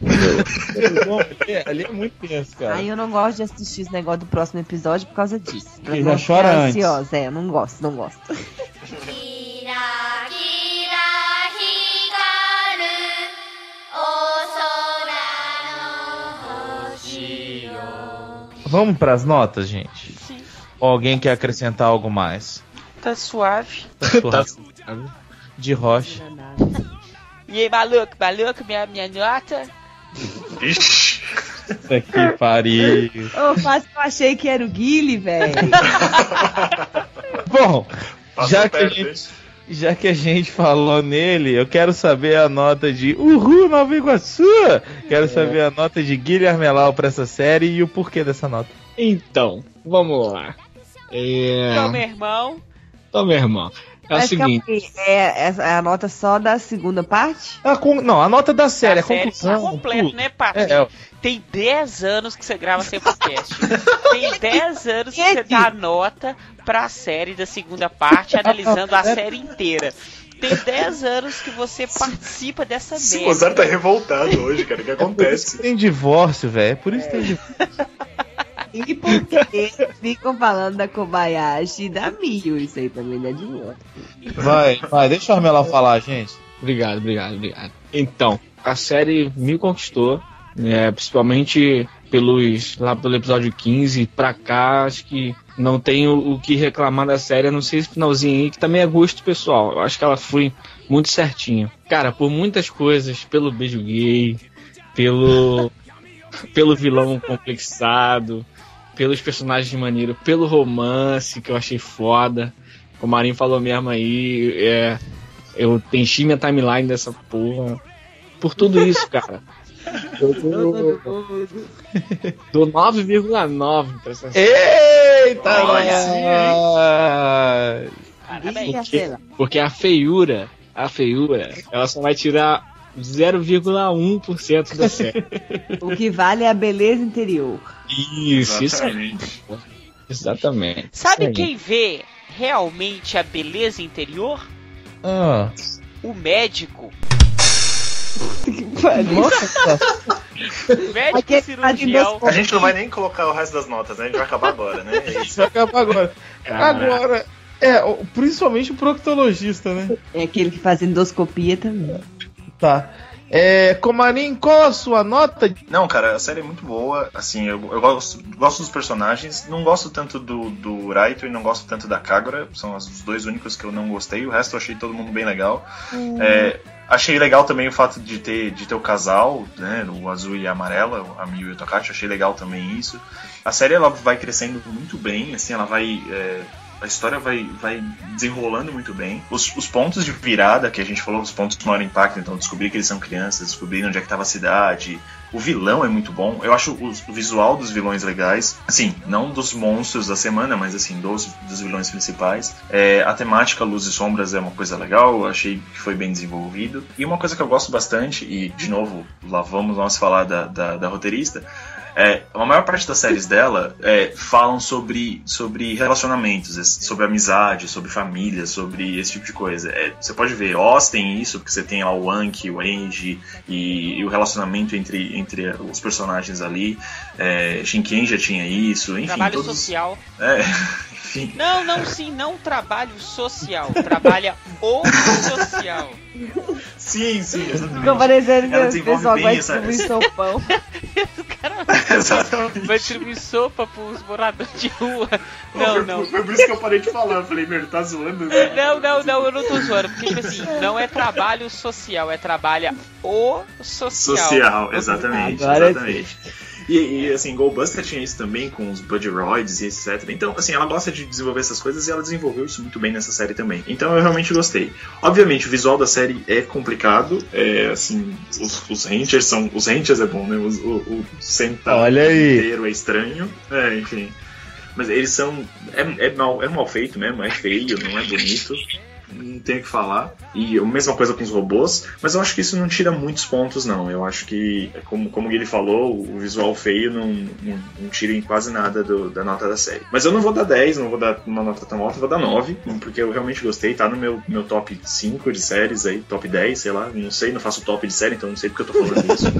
Ali é muito tenso, cara. Aí eu não gosto de assistir esse negócio do próximo episódio por causa disso. Pra Porque não já chora ficar antes. ansiosa. É, eu não gosto, não gosto. キラキラ光るお空の星よ Vamos pras notas, gente? Sim, Ou alguém quer acrescentar algo mais? tá suave. Porra, de rocha. E aí, maluco, maluco, minha, minha nota? Ixi. Puta que pariu. Ô, quase que eu achei que era o Guile, velho. Bom, Passou já que, a perto, gente, hein? já que a gente falou nele, eu quero saber a nota de Uhul, Nova Iguaçu! Quero saber a nota de Guilherme Armelau pra essa série e o porquê dessa nota. Então, vamos lá. É... Então, meu irmão. Então, meu irmão, é o Mas seguinte. calma aí, é, é a nota só da segunda parte? A con- Não, a nota da série, a a série conclusão. tá completo, tudo. né, Patrick? É, é. Tem dez anos que você grava sem podcast. Tem dez anos que você dá nota pra série da segunda parte, analisando a série inteira. Tem dez anos que você participa dessa Esse merda. Mozart tá revoltado hoje, cara. O que É por isso acontece? que tem divórcio, velho. É por isso que tem divórcio. E porque eles ficam falando da Kobayashi e da Mio, isso aí também não é de novo. Vai, vai, deixa a Armela falar, gente. Obrigado, obrigado, obrigado. Então, a série me conquistou, né, principalmente pelos, lá pelo episódio quinze pra cá, acho que não tenho o que reclamar da série, a não ser esse finalzinho aí, que também é gosto pessoal. Eu acho que ela foi muito certinha. Cara, por muitas coisas, pelo beijo gay, pelo, pelo vilão complexado, pelos personagens de maneiro, pelo romance, que eu achei foda. O Marinho falou mesmo aí, é, eu enchi minha timeline dessa porra. Por tudo isso, cara. Eu dou, dou nove vírgula nove pra essa série. Eita, Parabéns. Porque, porque a feiura, a feiura, ela só vai tirar zero vírgula um por cento da série. O que vale é a beleza interior. Isso, isso aí. Exatamente. Exatamente. Sabe Isso aí. quem vê realmente a beleza interior? Ah. O médico. Nossa, O médico Aquele cirurgião. A gente não vai nem colocar o resto das notas, né? A gente vai acabar agora, né? É isso. isso vai acabar agora. Caraca. Agora, é, o- principalmente o proctologista, né? É aquele que faz endoscopia também. Tá. É, Comarim, qual a sua nota? Não, cara, a série é muito boa. Assim, eu, eu gosto, gosto dos personagens. Não gosto tanto do, do Raito e não gosto tanto da Kagura. São os dois únicos que eu não gostei. O resto eu achei todo mundo bem legal. É, achei legal também o fato de ter, de ter o casal, né? O azul e a amarela, a Miyu e o Tokachi. Achei legal também isso. A série ela vai crescendo muito bem. Assim, ela vai. É, a história vai, vai desenrolando muito bem. Os, os pontos de virada que a gente falou, os pontos de maior impacto, então descobrir que eles são crianças, descobrir onde é que estava a cidade. O vilão é muito bom. Eu acho o, o visual dos vilões legais. Assim, não dos monstros da semana, mas assim, dos, dos vilões principais. É, a temática Luz e Sombras é uma coisa legal. Eu achei que foi bem desenvolvido. E uma coisa que eu gosto bastante, e de novo, lá vamos nós falar da, da, da roteirista. É, a maior parte das séries dela é, falam sobre, sobre relacionamentos, sobre amizade, sobre família, sobre esse tipo de coisa. É, você pode ver, Oz tem isso, porque você tem lá o Anki, o Enji e, e o relacionamento entre, entre os personagens ali. É, Shinken já tinha isso, enfim. Trabalho todos... social. É, enfim. Não, não, sim, não trabalho social. Trabalha o social. Sim, sim, exatamente. Ficou parecendo que Ela o desenvolve pessoal bem vai essa- distribuir sopão. Exatamente. Vai distribuir sopa pros moradores de rua. Pô, Não, foi, não. Foi por isso que eu parei de falar. Eu falei, meu, tá zoando? Né? Não, não, não, eu não tô zoando. Porque, tipo assim, não é trabalho social, é trabalha o social. Social, exatamente, Agora exatamente. E, e assim, Goldbuster tinha isso também com os Budgeroids e etcétera. Então, assim, ela gosta de desenvolver essas coisas e ela desenvolveu isso muito bem nessa série também. Então eu realmente gostei. Obviamente, o visual da série é complicado. É, assim, os, os Rangers são... Os Rangers é bom, né? Os, o o Sentai Olha aí. inteiro é estranho. É, enfim. Mas eles são... É, é, mal, é mal feito mesmo, é feio, não é bonito. Não tenho o que falar. E a mesma coisa com os robôs, mas eu acho que isso não tira muitos pontos, não. Eu acho que, como, como o Guilherme falou, o visual feio não, não, não tira em quase nada do, da nota da série. Mas eu não vou dar dez, não vou dar uma nota tão alta, eu vou dar nove, porque eu realmente gostei, tá no meu, meu top cinco de séries aí, top dez, sei lá, não sei, não faço top de série, então não sei porque eu tô falando isso.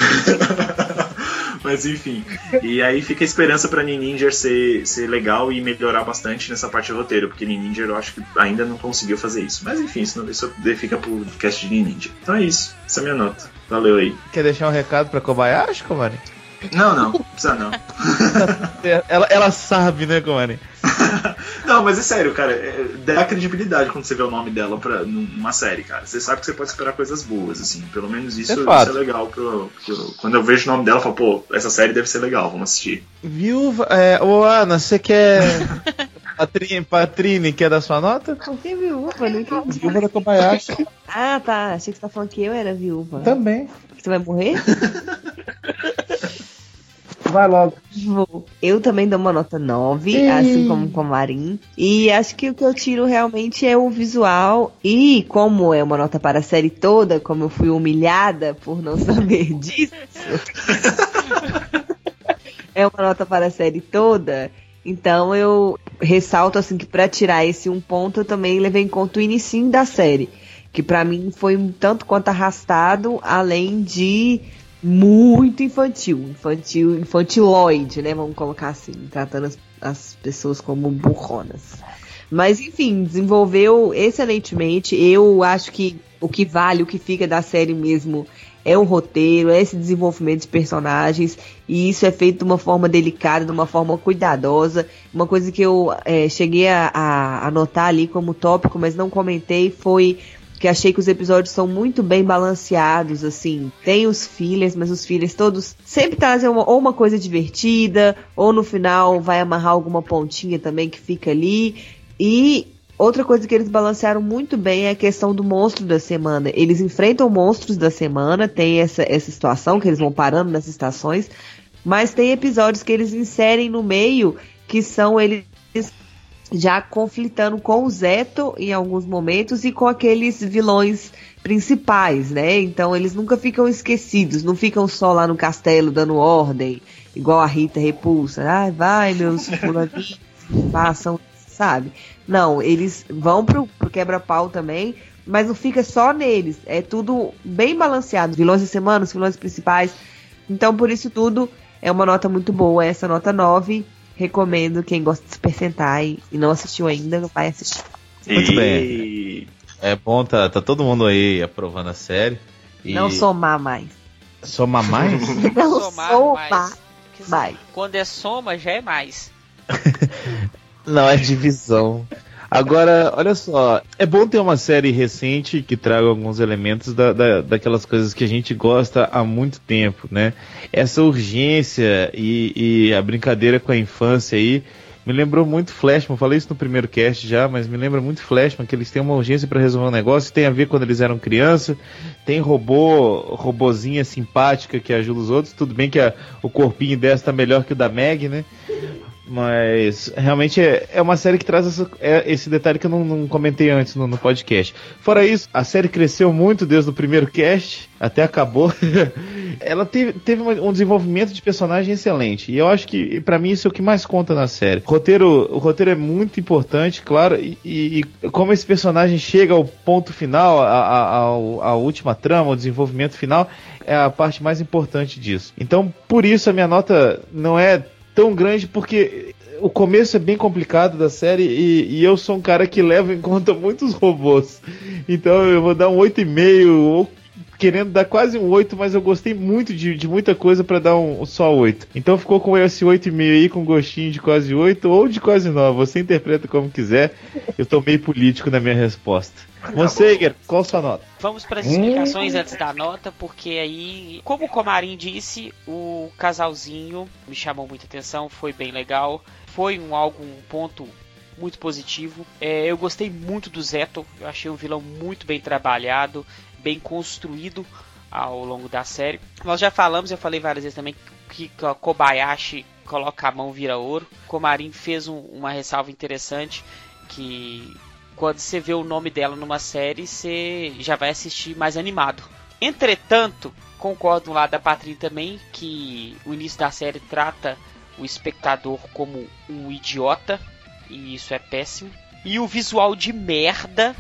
Mas enfim. E aí fica a esperança pra Ninja ser, ser legal e melhorar bastante nessa parte do roteiro, porque Ninja eu acho que ainda não conseguiu fazer isso. Mas enfim, isso, não, isso fica pro cast de Ninja. Então é isso. Essa é a minha nota. Valeu aí. Quer deixar um recado pra Kobayashi, Comarim? Não, não. Precisa não. ela, ela sabe, né, Comarim? Não, mas é sério, cara. É, dá credibilidade quando você vê o nome dela pra, numa série, cara. Você sabe que você pode esperar coisas boas, assim. Pelo menos isso, É isso fato. é legal. Pro, pro- quando eu vejo o nome dela, eu falo, pô, essa série deve ser legal, vamos assistir. Viúva. É, ô, Ana, você quer. Patrine, Patrine, quer dar sua nota? Não tem viúva, não entendi. Viúva da Kobayashi. Ah, tá. Achei que você tá falando que eu era viúva. Também. Você vai morrer? Vai logo. Vou. Eu também dou uma nota nove, Ih. assim como o Comarim. E acho que o que eu tiro realmente é o visual. E como é uma nota para a série toda, como eu fui humilhada por não saber disso. É uma nota para a série toda. Então eu ressalto assim que para tirar esse um ponto eu também levei em conta o inicinho da série. que pra mim foi um tanto quanto arrastado, além de muito infantil, infantil, infantiloide, né? Vamos colocar assim, tratando as, as pessoas como burronas. Mas enfim, desenvolveu excelentemente. Eu acho que o que vale, o que fica da série mesmo é o roteiro, é esse desenvolvimento de personagens, e isso é feito de uma forma delicada, de uma forma cuidadosa. Uma coisa que eu é, cheguei a, a anotar ali como tópico, mas não comentei, foi que achei que os episódios são muito bem balanceados, assim. Tem os fillers, mas os fillers todos sempre trazem uma, ou uma coisa divertida, ou no final vai amarrar alguma pontinha também que fica ali. E outra coisa que eles balancearam muito bem é a questão do monstro da semana. Eles enfrentam monstros da semana, tem essa, essa situação que eles vão parando nas estações, mas tem episódios que eles inserem no meio, que são eles já conflitando com o Zeto em alguns momentos e com aqueles vilões principais, né? Então eles nunca ficam esquecidos, não ficam só lá no castelo dando ordem, igual a Rita Repulsa. Ai, vai, meus fulaninhos, façam, sabe? Não, eles vão pro, pro quebra-pau também, mas não fica só neles. É tudo bem balanceado. Vilões da semana, os vilões principais. Então, por isso tudo, é uma nota muito boa. Essa nota nove, recomendo quem gosta de Super Sentai e não assistiu ainda, vai assistir. Muito bem. É bom, tá, tá todo mundo aí aprovando a série. E... Não somar mais. Somar mais? Não Somar somar mais. mais. Quando é soma, já é mais. Não, é divisão. Agora, olha só, é bom ter uma série recente que traga alguns elementos da, da, daquelas coisas que a gente gosta há muito tempo, né? Essa urgência e, e a brincadeira com a infância aí me lembrou muito Flashman. Falei isso no primeiro cast já, mas me lembra muito Flashman, que eles têm uma urgência para resolver um negócio, tem a ver quando eles eram criança, tem robô, robozinha simpática que ajuda os outros. Tudo bem que a, o corpinho dessa tá melhor que o da Meg, né? Mas realmente é, é uma série que traz essa, é, esse detalhe que eu não, não comentei antes no, no podcast. Fora isso, a série cresceu muito desde o primeiro cast até acabou. Ela teve, teve um desenvolvimento de personagem excelente. E eu acho que, pra mim, isso é o que mais conta na série. O roteiro, o roteiro é muito importante, claro. E, e, e como esse personagem chega ao ponto final, a, a, a, a última trama, o desenvolvimento final, é a parte mais importante disso. Então, por isso, a minha nota não é tão grande, porque o começo é bem complicado da série e, e eu sou um cara que leva em conta muitos robôs. Então eu vou dar um oito vírgula cinco, ou querendo dar quase um oito, mas eu gostei muito de, de muita coisa para dar um, um só oito. Então ficou com esse oito vírgula cinco aí, com gostinho de quase oito ou de quase nove. Você interpreta como quiser. Eu tô meio político na minha resposta. Você, Iger, qual a sua nota? Vamos para as explicações antes da nota, porque aí, como o Comarim disse, o casalzinho me chamou muita atenção, foi bem legal, foi um algo, um ponto muito positivo. É, eu gostei muito do Zeto, eu achei um vilão muito bem trabalhado, bem construído ao longo da série. Nós já falamos, eu falei várias vezes também, que a Kobayashi coloca a mão, vira ouro. O Comarim fez um, uma ressalva interessante, que quando você vê o nome dela numa série, você já vai assistir mais animado. Entretanto, concordo lá da Patrícia também, que o início da série trata o espectador como um idiota, e isso é péssimo. E o visual de merda...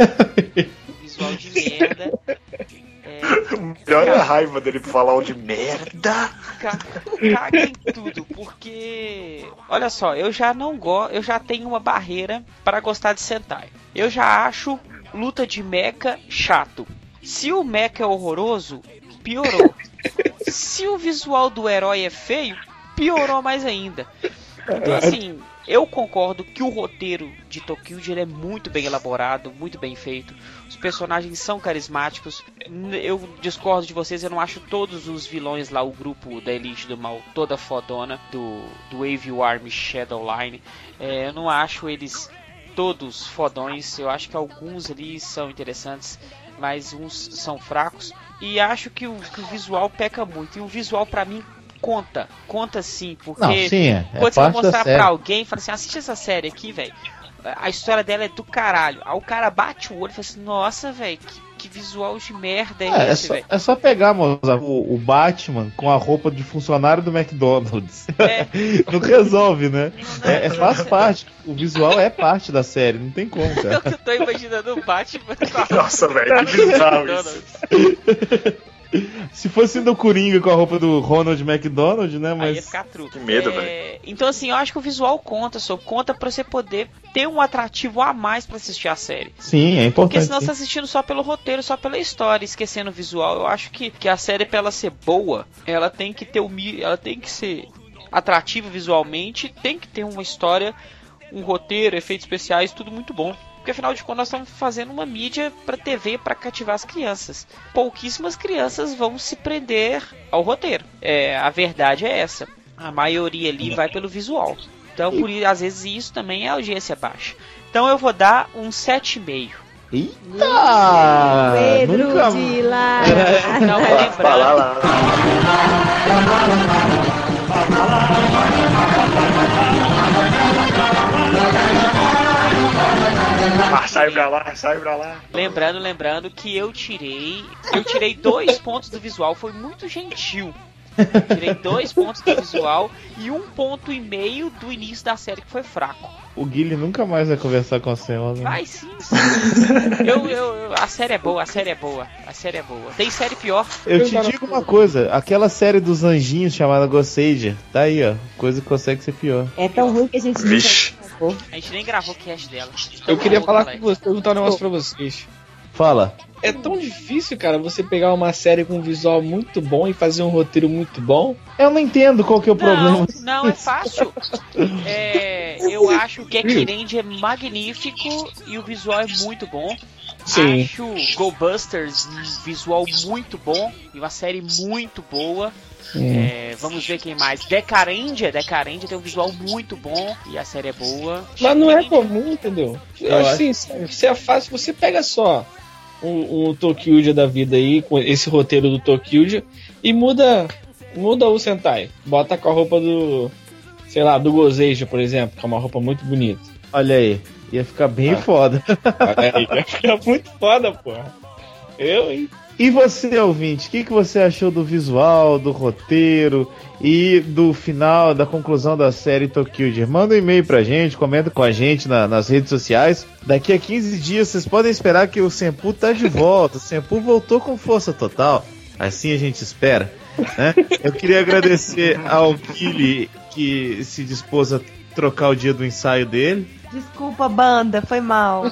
o visual de merda... É, o melhor é a raiva dele falar o de merda. Caga em tudo, porque olha só, eu já não gosto, eu já tenho uma barreira para gostar de Sentai. Eu já acho luta de mecha chato. Se o mecha é horroroso, piorou. Se o visual do herói é feio, piorou mais ainda. Então assim, eu concordo que o roteiro de Tokyo é muito bem elaborado, muito bem feito. Os personagens são carismáticos. Eu discordo de vocês, eu não acho todos os vilões lá, o grupo da Elite do Mal, toda fodona, do, do Wave Army Shadowline. É, eu não acho eles todos fodões, eu acho que alguns ali são interessantes, mas uns são fracos. E acho que o, que o visual peca muito. E o visual pra mim conta, conta sim, porque não, sim, é. É quando você vai mostrar pra alguém, fala assim, assiste essa série aqui, velho, a história dela é do caralho. Aí o cara bate o olho e fala assim, nossa, velho, que, que visual de merda é, É, é, esse, só, velho? é só pegar, moça, o, o Batman com a roupa de funcionário do McDonald's. É. Não resolve, né? É, é, faz parte. O visual é parte da série, não tem como, cara. Eu tô imaginando o Batman com a Nossa, velho, que bizarro isso. Se fosse do Coringa com a roupa do Ronald McDonald, né? Mas... Aí ia ficar truque. Que medo, é... velho. Então, assim, eu acho que o visual conta, só conta pra você poder ter um atrativo a mais pra assistir a série. Sim, é importante. Porque senão sim. você tá assistindo só pelo roteiro, só pela história, esquecendo o visual. Eu acho que, que a série, pra ela ser boa, ela tem que ter o mi- ela tem que ser atrativa visualmente, tem que ter uma história, um roteiro, efeitos especiais, tudo muito bom. Porque afinal de contas nós estamos fazendo uma mídia para T V para cativar as crianças. Pouquíssimas crianças vão se prender ao roteiro. É, a verdade é essa. A maioria ali vai pelo visual. Então, por isso, às vezes isso também é audiência baixa. Então eu vou dar um sete vírgula cinco. Eita! Pedro Nunca... de lá. Não, Fala lá. Ah, sai pra lá, sai pra lá. Lembrando, lembrando que eu tirei. Eu tirei dois pontos do visual, foi muito gentil. Tirei dois pontos do visual e um ponto e meio do início da série que foi fraco. O Guilherme nunca mais vai conversar com você, né? Vai sim, sim. Eu, eu, eu- a série é boa, a série é boa, a série é boa. Tem série pior. Eu te digo uma coisa, aquela série dos anjinhos chamada Gossager, tá aí, ó. Coisa que consegue ser pior. É tão ruim que a gente Vixe. não gravou. A gente nem gravou o cast dela. Eu queria Então, falar moleque. com você, perguntar um negócio pra vocês. Fala. É tão difícil, cara, você pegar uma série com um visual muito bom e fazer um roteiro muito bom. Eu não entendo qual que é o problema. Não, não, é fácil. É, eu acho que Equirange é magnífico e o visual é muito bom. Sim. Acho Go Busters um visual muito bom e uma série muito boa. É, vamos ver quem mais. Decarendia, Decarendia tem um visual muito bom e a série é boa. Mas não é comum, entendeu? Eu Eu acho acho- assim, se é fácil, você pega só um, um Tokyuja da vida aí, com esse roteiro do Tokyuja, e muda, muda o Sentai. Bota com a roupa do, sei lá, do Gozeja, por exemplo, que é uma roupa muito bonita. Olha aí, ia ficar bem Ah. foda. Aí vai ficar muito foda, porra. Eu, hein? E você, ouvinte, o que, que você achou do visual, do roteiro e do final, da conclusão da série Tokyuja? Manda um e-mail pra gente, comenta com a gente na- nas redes sociais. Daqui a quinze dias vocês podem esperar que o Senpu tá de volta. O Senpu voltou com força total. Assim a gente espera, né? Eu queria agradecer ao Kili que se dispôs a trocar o dia do ensaio dele. Desculpa, banda, foi mal.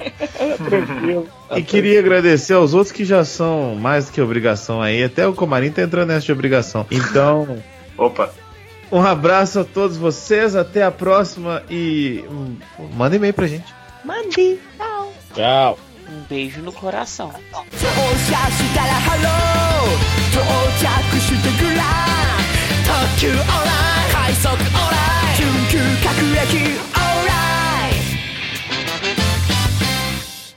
E queria agradecer aos outros que já são mais do que obrigação aí. Até o Comarim tá entrando nessa de obrigação. Então, Opa. um abraço a todos vocês. Até a próxima. E hum, manda e-mail pra gente. Mande. Tchau. Tchau. Um beijo no coração. 乗車したらハロー到着してぐら特急